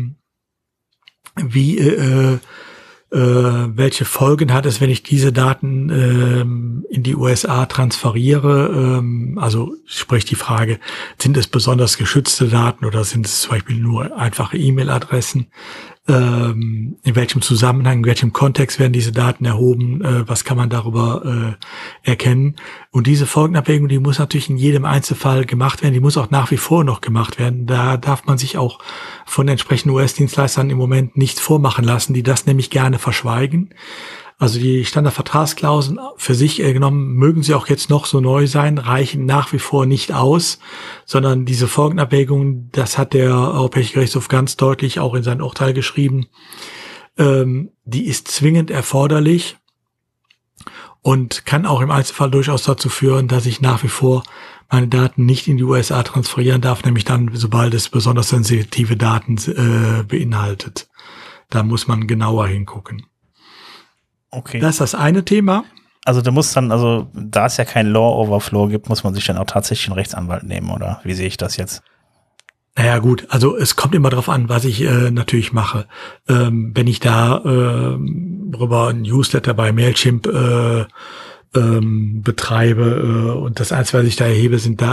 welche Folgen hat es, wenn ich diese Daten in die USA transferiere? Also sprich die Frage, sind es besonders geschützte Daten oder sind es zum Beispiel nur einfache E-Mail-Adressen? In welchem Zusammenhang, in welchem Kontext werden diese Daten erhoben? Was kann man darüber erkennen? Und diese Folgenabwägung, die muss natürlich in jedem Einzelfall gemacht werden. Die muss auch nach wie vor noch gemacht werden. Da darf man sich auch von entsprechenden US-Dienstleistern im Moment nichts vormachen lassen, die das nämlich gerne verschweigen. Also die Standardvertragsklauseln für sich genommen, mögen sie auch jetzt noch so neu sein, reichen nach wie vor nicht aus, sondern diese Folgenabwägung, das hat der Europäische Gerichtshof ganz deutlich auch in sein Urteil geschrieben, die ist zwingend erforderlich und kann auch im Einzelfall durchaus dazu führen, dass ich nach wie vor meine Daten nicht in die USA transferieren darf, nämlich dann, sobald es besonders sensitive Daten beinhaltet. Da muss man genauer hingucken. Okay. Das ist das eine Thema. Also da es ja kein Law Overflow gibt, muss man sich dann auch tatsächlich einen Rechtsanwalt nehmen, oder wie sehe ich das jetzt? Naja gut, also es kommt immer darauf an, was ich natürlich mache. Wenn ich da rüber ein Newsletter bei Mailchimp betreibe und das Einzige, was ich da erhebe, sind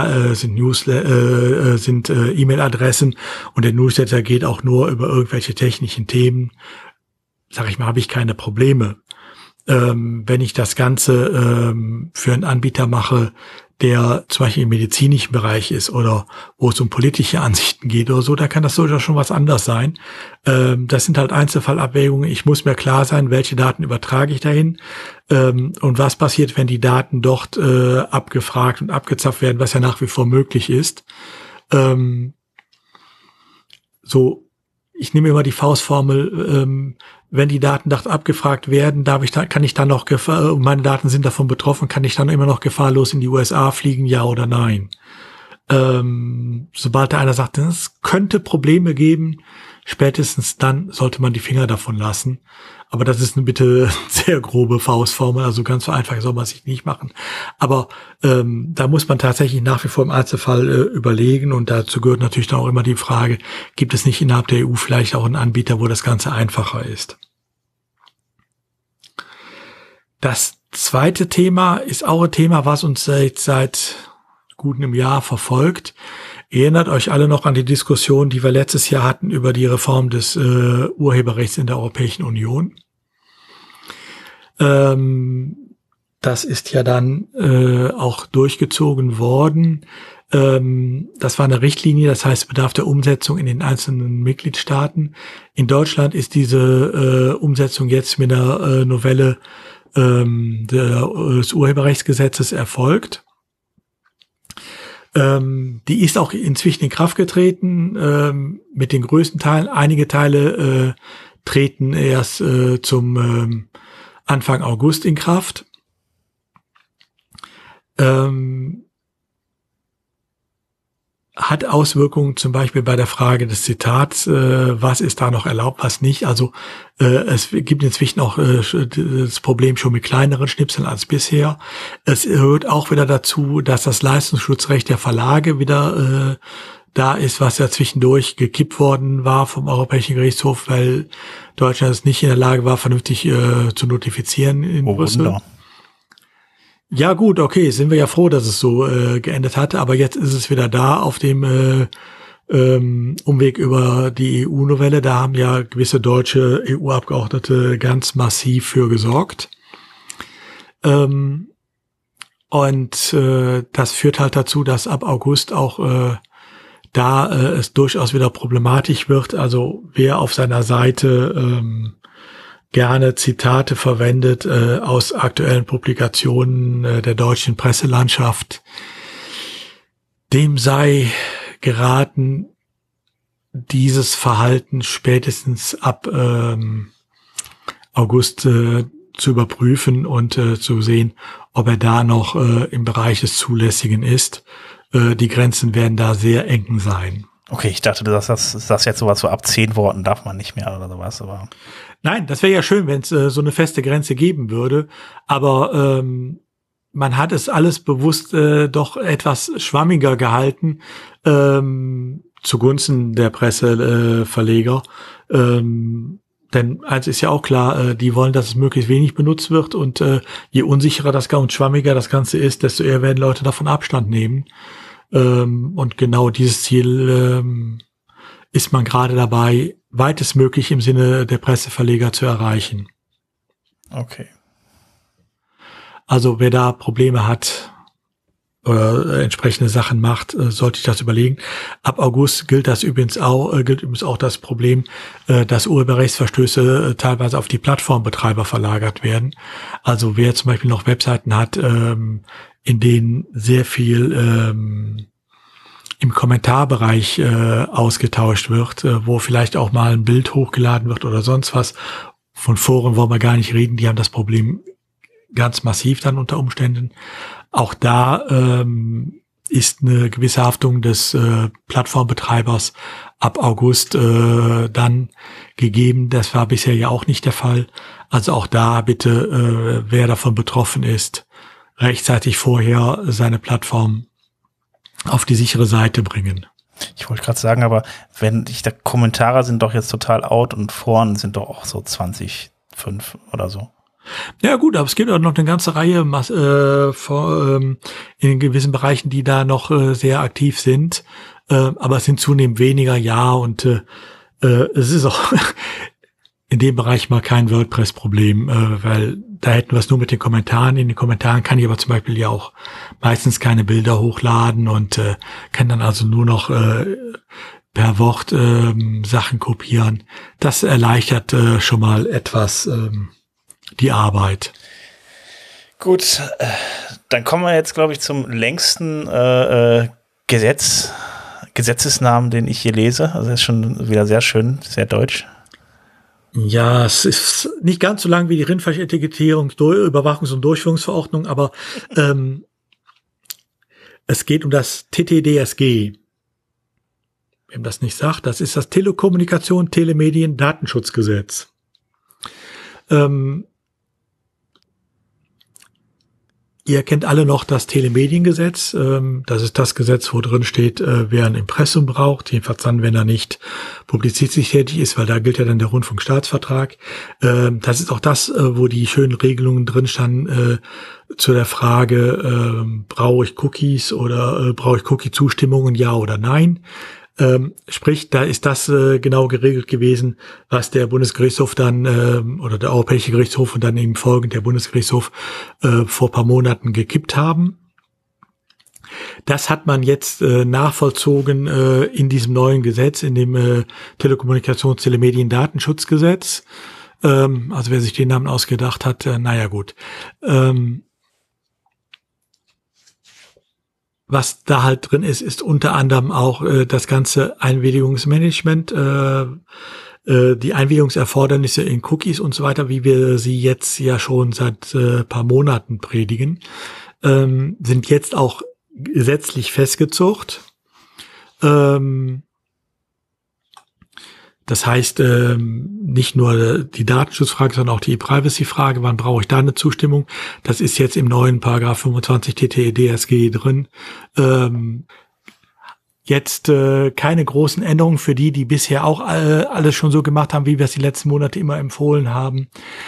E-Mail-Adressen und der Newsletter geht auch nur über irgendwelche technischen Themen, sag ich mal, habe ich keine Probleme. Wenn ich das Ganze für einen Anbieter mache, der zum Beispiel im medizinischen Bereich ist oder wo es um politische Ansichten geht oder so, da kann das durchaus schon was anderes sein. Das sind halt Einzelfallabwägungen. Ich muss mir klar sein, welche Daten übertrage ich dahin und was passiert, wenn die Daten dort abgefragt und abgezapft werden, was ja nach wie vor möglich ist. Ich nehme immer die Faustformel, wenn die Daten dort abgefragt werden, kann ich dann noch meine Daten sind davon betroffen, kann ich dann immer noch gefahrlos in die USA fliegen, ja oder nein? Sobald da einer sagt, es könnte Probleme geben, spätestens dann sollte man die Finger davon lassen. Aber das ist eine bitte sehr grobe Faustformel, also ganz so einfach soll man sich nicht machen. Aber da muss man tatsächlich nach wie vor im Einzelfall überlegen und dazu gehört natürlich dann auch immer die Frage, gibt es nicht innerhalb der EU vielleicht auch einen Anbieter, wo das Ganze einfacher ist? Das zweite Thema ist auch ein Thema, was uns seit gut einem Jahr verfolgt. Ihr erinnert euch alle noch an die Diskussion, die wir letztes Jahr hatten über die Reform des Urheberrechts in der Europäischen Union. Das ist ja dann auch durchgezogen worden. Das war eine Richtlinie, das heißt Bedarf der Umsetzung in den einzelnen Mitgliedstaaten. In Deutschland ist diese Umsetzung jetzt mit einer Novelle des Urheberrechtsgesetzes erfolgt. Die ist auch inzwischen in Kraft getreten, mit den größten Teilen. Einige Teile treten erst zum Anfang August in Kraft. hat Auswirkungen zum Beispiel bei der Frage des Zitats, was ist da noch erlaubt, was nicht. Also es gibt inzwischen auch das Problem schon mit kleineren Schnipseln als bisher. Es gehört auch wieder dazu, dass das Leistungsschutzrecht der Verlage wieder da ist, was ja zwischendurch gekippt worden war vom Europäischen Gerichtshof, weil Deutschland es nicht in der Lage war, vernünftig zu notifizieren in Brüssel. Wunder. Ja gut, okay, sind wir ja froh, dass es so geendet hatte, aber jetzt ist es wieder da auf dem Umweg über die EU-Novelle. Da haben ja gewisse deutsche EU-Abgeordnete ganz massiv für gesorgt. Und das führt halt dazu, dass ab August auch es durchaus wieder problematisch wird. Also wer auf seiner Seite gerne Zitate verwendet aus aktuellen Publikationen der deutschen Presselandschaft, dem sei geraten, dieses Verhalten spätestens ab August zu überprüfen und zu sehen, ob er da noch im Bereich des Zulässigen ist. Die Grenzen werden da sehr eng sein. Okay, ich dachte, das jetzt sowas so ab 10 Worten darf man nicht mehr oder sowas, aber. Nein, das wäre ja schön, wenn es so eine feste Grenze geben würde, aber man hat es alles bewusst doch etwas schwammiger gehalten, zugunsten der Presseverleger. Denn eins ist ja auch klar, die wollen, dass es möglichst wenig benutzt wird und je unsicherer und schwammiger das Ganze ist, desto eher werden Leute davon Abstand nehmen. Und genau dieses Ziel ist man gerade dabei, weitestmöglich im Sinne der Presseverleger zu erreichen. Okay. Also wer da Probleme hat oder entsprechende Sachen macht, sollte ich das überlegen. Ab August gilt übrigens auch das Problem, dass Urheberrechtsverstöße teilweise auf die Plattformbetreiber verlagert werden. Also wer zum Beispiel noch Webseiten hat, in denen sehr viel im Kommentarbereich ausgetauscht wird, wo vielleicht auch mal ein Bild hochgeladen wird oder sonst was. Von Foren wollen wir gar nicht reden, die haben das Problem ganz massiv dann unter Umständen. Auch da ist eine gewisse Haftung des Plattformbetreibers ab August dann gegeben. Das war bisher ja auch nicht der Fall. Also auch da bitte, wer davon betroffen ist, rechtzeitig vorher seine Plattform auf die sichere Seite bringen. Ich wollte gerade sagen, aber Kommentare sind doch jetzt total out und Foren sind doch auch so 2005 oder so. Ja gut, aber es gibt auch noch eine ganze Reihe in gewissen Bereichen, die da noch sehr aktiv sind. Aber es sind zunehmend weniger, ja, und es ist auch in dem Bereich mal kein WordPress-Problem, weil da hätten wir es nur mit den Kommentaren. In den Kommentaren kann ich aber zum Beispiel ja auch meistens keine Bilder hochladen und kann dann also nur noch per Wort Sachen kopieren. Das erleichtert schon mal etwas die Arbeit. Gut, dann kommen wir jetzt, glaube ich, zum längsten Gesetzesnamen, den ich hier lese. Also das ist schon wieder sehr schön, sehr deutsch. Ja, es ist nicht ganz so lang wie die Rindfleischetikettierung, Überwachungs- und Durchführungsverordnung, aber es geht um das TTDSG. Wem das nicht sagt, das ist das Telekommunikation, Telemedien, Datenschutzgesetz. Ihr kennt alle noch das Telemediengesetz. Das ist das Gesetz, wo drin steht, wer ein Impressum braucht, jedenfalls dann, wenn er nicht publizistisch tätig ist, weil da gilt ja dann der Rundfunkstaatsvertrag. Das ist auch das, wo die schönen Regelungen drin standen zu der Frage, brauche ich Cookies oder brauche ich Cookie-Zustimmungen, ja oder nein. Sprich, da ist das genau geregelt gewesen, was der Bundesgerichtshof dann oder der Europäische Gerichtshof und dann eben folgend der Bundesgerichtshof vor ein paar Monaten gekippt haben. Das hat man jetzt nachvollzogen in diesem neuen Gesetz, in dem Telekommunikations-, Telemedien-, Datenschutzgesetz. Also wer sich den Namen ausgedacht hat, naja gut. Was da halt drin ist, ist unter anderem auch das ganze Einwilligungsmanagement, die Einwilligungserfordernisse in Cookies und so weiter, wie wir sie jetzt ja schon seit paar Monaten predigen. sind jetzt auch gesetzlich festgezogen. Das heißt, nicht nur die Datenschutzfrage, sondern auch die Privacy-Frage, wann brauche ich da eine Zustimmung? Das ist jetzt im neuen Paragraph 25 TTE-DSG drin. Jetzt keine großen Änderungen für die bisher auch alles schon so gemacht haben, wie wir es die letzten Monate immer empfohlen haben.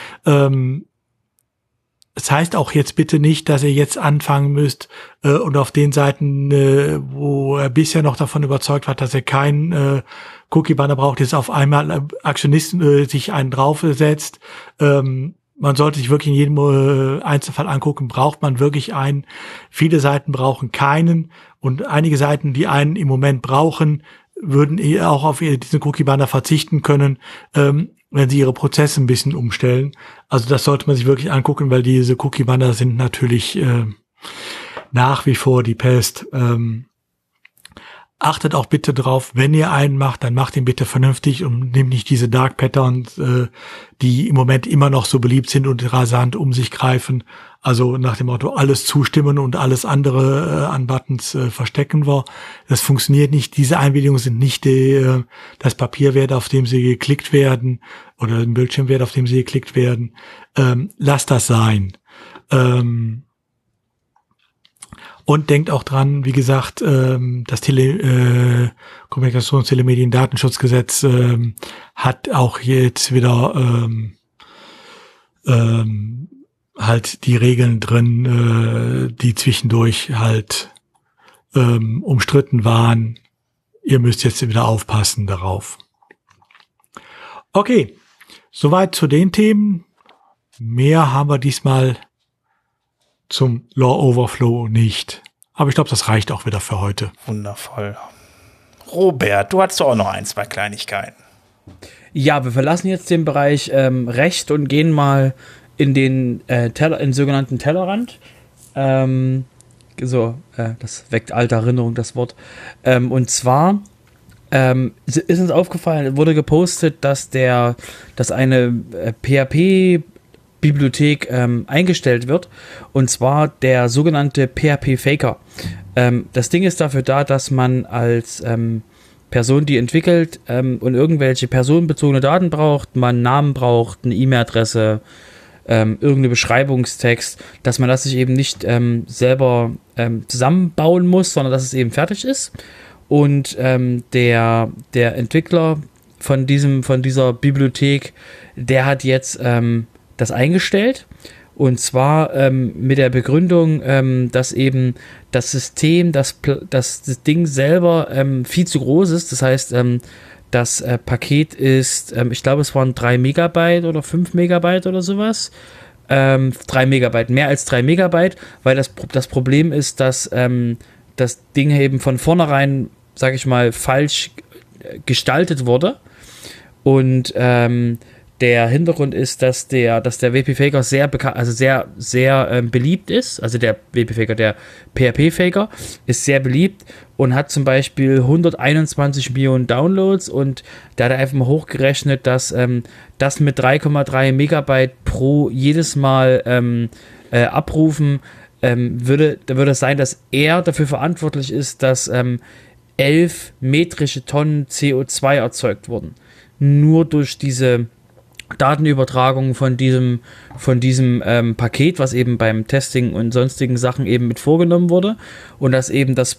Das heißt auch jetzt bitte nicht, dass ihr jetzt anfangen müsst und auf den Seiten, wo er bisher noch davon überzeugt war, dass er keinen Cookie-Banner braucht, jetzt auf einmal Aktionisten sich einen draufsetzt. Man sollte sich wirklich in jedem Einzelfall angucken, braucht man wirklich einen. Viele Seiten brauchen keinen und einige Seiten, die einen im Moment brauchen, würden auch auf diesen Cookie-Banner verzichten können, wenn sie ihre Prozesse ein bisschen umstellen. Also das sollte man sich wirklich angucken, weil diese Cookie-Banner sind natürlich nach wie vor die Pest. Achtet auch bitte drauf, wenn ihr einen macht, dann macht ihn bitte vernünftig und nehmt nicht diese Dark Patterns, die im Moment immer noch so beliebt sind und rasant um sich greifen. Also nach dem Motto, alles zustimmen und alles andere an Buttons verstecken wir. Das funktioniert nicht. Diese Einwilligungen sind nicht das Papierwert, auf dem sie geklickt werden oder den Bildschirmwert, auf dem sie geklickt werden. Lasst das sein. Und denkt auch dran, wie gesagt, das Kommunikations-Telemedien-Datenschutzgesetz hat auch jetzt wieder halt die Regeln drin, die zwischendurch halt umstritten waren. Ihr müsst jetzt wieder aufpassen darauf. Okay, soweit zu den Themen. Mehr haben wir diesmal zum Law Overflow nicht. Aber ich glaube, das reicht auch wieder für heute. Wundervoll. Robert, du hast auch noch ein, zwei Kleinigkeiten. Ja, wir verlassen jetzt den Bereich Recht und gehen mal in den sogenannten Tellerrand. Das weckt alte Erinnerung, das Wort. Und zwar ist uns aufgefallen, wurde gepostet, dass eine PHP-Bibliothek eingestellt wird, und zwar der sogenannte PHP-Faker. Das Ding ist dafür da, dass man als Person, die entwickelt und irgendwelche personenbezogene Daten braucht, man einen Namen braucht, eine E-Mail-Adresse, irgendeine Beschreibungstext, dass man das sich eben nicht selber zusammenbauen muss, sondern dass es eben fertig ist. Und der Entwickler von dieser Bibliothek, der hat jetzt das eingestellt, und zwar mit der Begründung, dass eben das System, das Ding selber viel zu groß ist. Das heißt, das Paket ist, ich glaube, es waren 3 Megabyte oder 5 Megabyte oder sowas. 3 Megabyte, mehr als 3 Megabyte, weil das Problem ist, dass das Ding eben von vornherein, sage ich mal, falsch gestaltet wurde. Und der Hintergrund ist, dass der WP-Faker sehr bekannt, also sehr, sehr beliebt ist. Also der WP-Faker, der PHP-Faker ist sehr beliebt und hat zum Beispiel 121 Millionen Downloads, und der hat einfach mal hochgerechnet, dass das mit 3,3 Megabyte pro jedes Mal abrufen würde es sein, dass er dafür verantwortlich ist, dass 11 metrische Tonnen CO2 erzeugt wurden. Nur durch diese Datenübertragung von diesem Paket, was eben beim Testing und sonstigen Sachen eben mit vorgenommen wurde, und dass eben die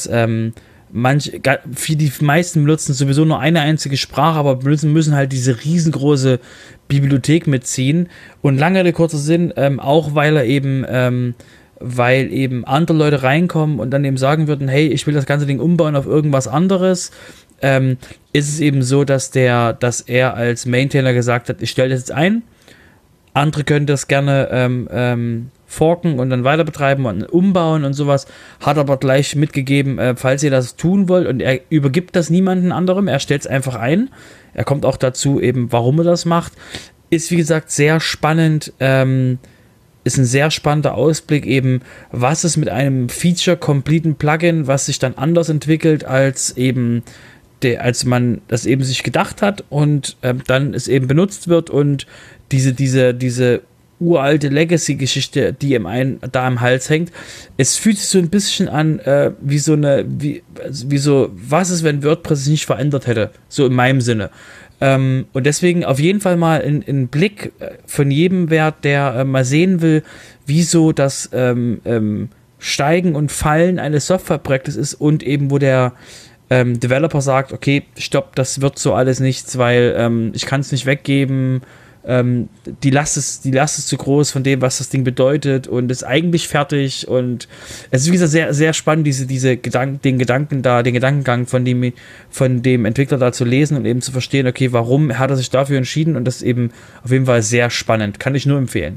meisten benutzen sowieso nur eine einzige Sprache, aber müssen halt diese riesengroße Bibliothek mitziehen. Und lange Rede, kurzer Sinn, auch weil eben andere Leute reinkommen und dann eben sagen würden, hey, ich will das ganze Ding umbauen auf irgendwas anderes, ist es eben so, dass er als Maintainer gesagt hat, ich stelle das jetzt ein, andere können das gerne forken und dann weiter betreiben und umbauen und sowas, hat aber gleich mitgegeben, falls ihr das tun wollt, und er übergibt das niemandem anderem, er stellt es einfach ein, er kommt auch dazu eben, warum er das macht, ist wie gesagt sehr spannend, ist ein sehr spannender Ausblick eben, was es mit einem feature-completen Plugin, was sich dann anders entwickelt, als man das eben sich gedacht hat, und dann es eben benutzt wird und diese uralte Legacy-Geschichte, die ihm da am Hals hängt. Es fühlt sich so ein bisschen an, wie so, was ist, wenn WordPress sich nicht verändert hätte? So in meinem Sinne. Und deswegen auf jeden Fall mal ein Blick von jedem Wert, der mal sehen will, wieso das Steigen und Fallen eines Softwareprojektes ist und eben, wo der Developer sagt, okay, stopp, das wird so alles nichts, weil ich kann es nicht weggeben, die Last ist zu groß von dem, was das Ding bedeutet und ist eigentlich fertig und es ist wie gesagt sehr, sehr spannend, den Gedankengang von dem Entwickler da zu lesen und eben zu verstehen, okay, warum hat er sich dafür entschieden und das ist eben auf jeden Fall sehr spannend, kann ich nur empfehlen.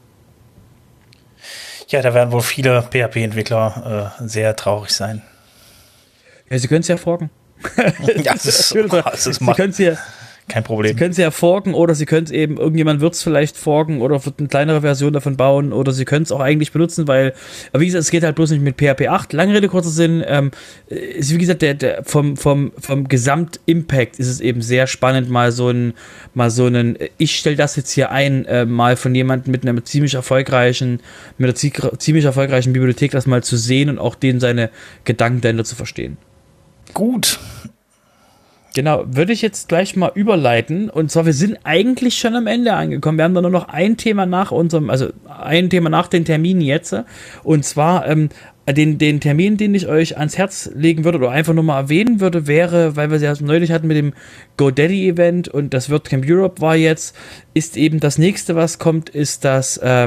Ja, da werden wohl viele PHP-Entwickler sehr traurig sein. Ja, sie können es ja forken. Ja, das ist kein Problem. Sie können es ja forken oder sie können es eben, irgendjemand wird es vielleicht forken oder wird eine kleinere Version davon bauen oder sie können es auch eigentlich benutzen, weil, wie gesagt, es geht halt bloß nicht mit PHP 8. Lange Rede, kurzer Sinn, ist wie gesagt, vom Gesamt-Impact ist es eben sehr spannend, mal so einen, ich stelle das jetzt hier ein, mal von jemandem mit einer ziemlich erfolgreichen Bibliothek das mal zu sehen und auch denen seine Gedanken dahinter zu verstehen. Gut. Genau, würde ich jetzt gleich mal überleiten. Und zwar, wir sind eigentlich schon am Ende angekommen. Wir haben da nur noch ein Thema nach den Terminen jetzt. Und zwar den Termin, den ich euch ans Herz legen würde oder einfach nur mal erwähnen würde, wäre, weil wir es ja neulich hatten mit dem GoDaddy-Event und das WordCamp Europe war jetzt, ist eben das nächste, was kommt, ist der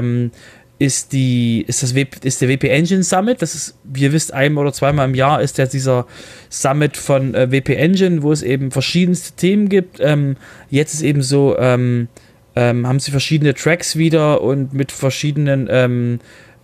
WP Engine Summit. Das ist, wie ihr wisst, einmal oder zweimal im Jahr ist dieser Summit von WP Engine, wo es eben verschiedenste Themen gibt. Jetzt ist eben so, haben sie verschiedene Tracks wieder und mit verschiedenen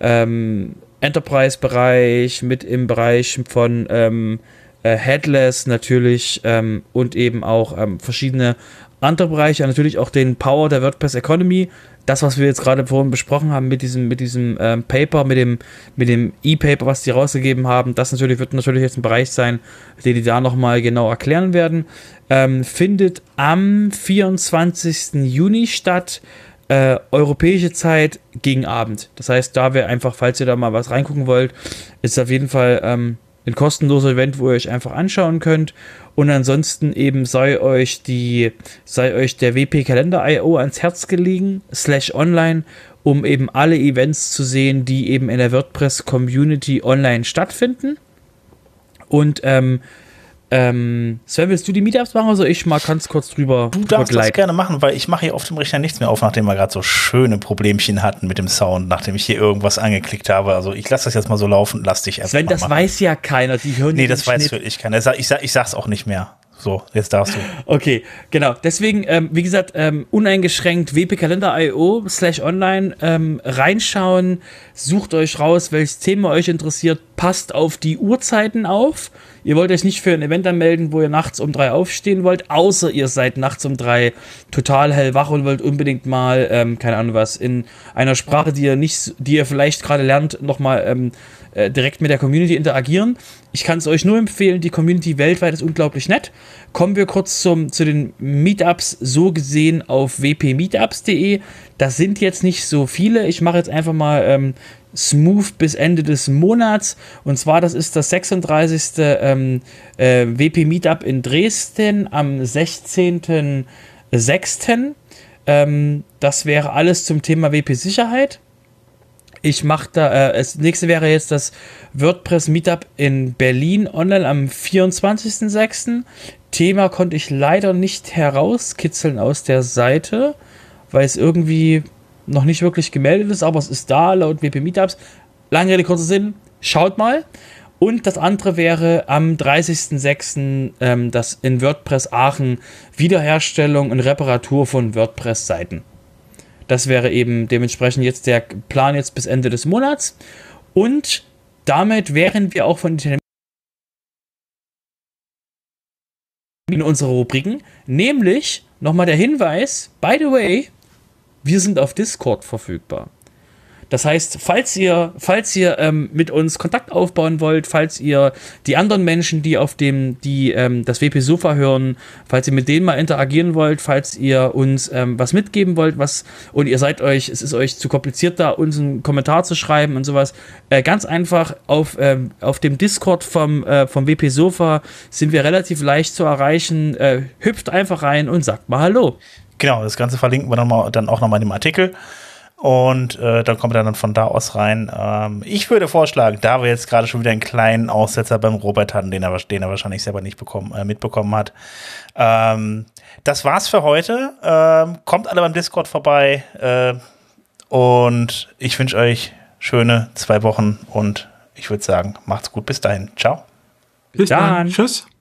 Enterprise-Bereich, mit im Bereich von Headless natürlich und eben auch verschiedene andere Bereiche, natürlich auch den Power der WordPress Economy. Das, was wir jetzt gerade vorhin besprochen haben mit diesem Paper, mit dem E-Paper, was die rausgegeben haben, das wird natürlich jetzt ein Bereich sein, den die da nochmal genau erklären werden. Findet am 24. Juni statt, europäische Zeit gegen Abend. Das heißt, da wäre einfach, falls ihr da mal was reingucken wollt, ist auf jeden Fall ein kostenloser Event, wo ihr euch einfach anschauen könnt. Und ansonsten eben sei euch der WP-Kalender.io ans Herz gelegen, /online, um eben alle Events zu sehen, die eben in der WordPress-Community online stattfinden. Und Sven, willst du die Meetups machen oder soll ich mal ganz kurz drüber Du darfst das gerne machen, weil ich mache hier auf dem Rechner nichts mehr auf, nachdem wir gerade so schöne Problemchen hatten mit dem Sound, nachdem ich hier irgendwas angeklickt habe. Also ich lasse das jetzt mal so laufen, lass dich einfach Sven, mal das machen. Weiß ja keiner, die hören Nee, das weiß wirklich keiner. Ich sag's auch nicht mehr. So, jetzt darfst du. Okay, genau. Deswegen, wie gesagt, uneingeschränkt wp-kalender.io /online reinschauen, sucht euch raus, welches Thema euch interessiert, passt auf die Uhrzeiten auf. Ihr wollt euch nicht für ein Event anmelden, wo ihr nachts um 3 aufstehen wollt, außer ihr seid nachts um 3 total hellwach und wollt unbedingt mal, keine Ahnung was, in einer Sprache, die ihr vielleicht gerade lernt, nochmal direkt mit der Community interagieren. Ich kann es euch nur empfehlen, die Community weltweit ist unglaublich nett. Kommen wir kurz zu den Meetups, so gesehen auf wpmeetups.de. Das sind jetzt nicht so viele. Ich mache jetzt einfach mal smooth bis Ende des Monats. Und zwar, das ist das 36. WP Meetup in Dresden am 16.06. Das wäre alles zum Thema WP Sicherheit. Ich mache das nächste wäre jetzt das WordPress Meetup in Berlin online am 24.06. Thema konnte ich leider nicht herauskitzeln aus der Seite, weil es irgendwie noch nicht wirklich gemeldet ist, aber es ist da laut WP Meetups. Lange Rede, kurzer Sinn, schaut mal. Und das andere wäre am 30.06. Das in WordPress Aachen Wiederherstellung und Reparatur von WordPress-Seiten. Das wäre eben dementsprechend jetzt der Plan jetzt bis Ende des Monats. Und damit wären wir auch von den Terminen in unserer Rubriken. Nämlich nochmal der Hinweis, by the way, wir sind auf Discord verfügbar. Das heißt, falls ihr mit uns Kontakt aufbauen wollt, falls ihr die anderen Menschen, die das WP Sofa hören, falls ihr mit denen mal interagieren wollt, falls ihr uns was mitgeben wollt, und es ist euch zu kompliziert, da uns einen Kommentar zu schreiben und sowas, ganz einfach auf dem Discord vom WP Sofa sind wir relativ leicht zu erreichen. Hüpft einfach rein und sagt mal Hallo. Genau, das Ganze verlinken wir dann auch nochmal in dem Artikel. Und dann kommt er dann von da aus rein. Ich würde vorschlagen, da wir jetzt gerade schon wieder einen kleinen Aussetzer beim Robert hatten, den er wahrscheinlich selber nicht mitbekommen hat. Das war's für heute. Kommt alle beim Discord vorbei. Und ich wünsche euch schöne 2 Wochen. Und ich würde sagen, macht's gut. Bis dahin. Ciao. Bis dann. Tschüss.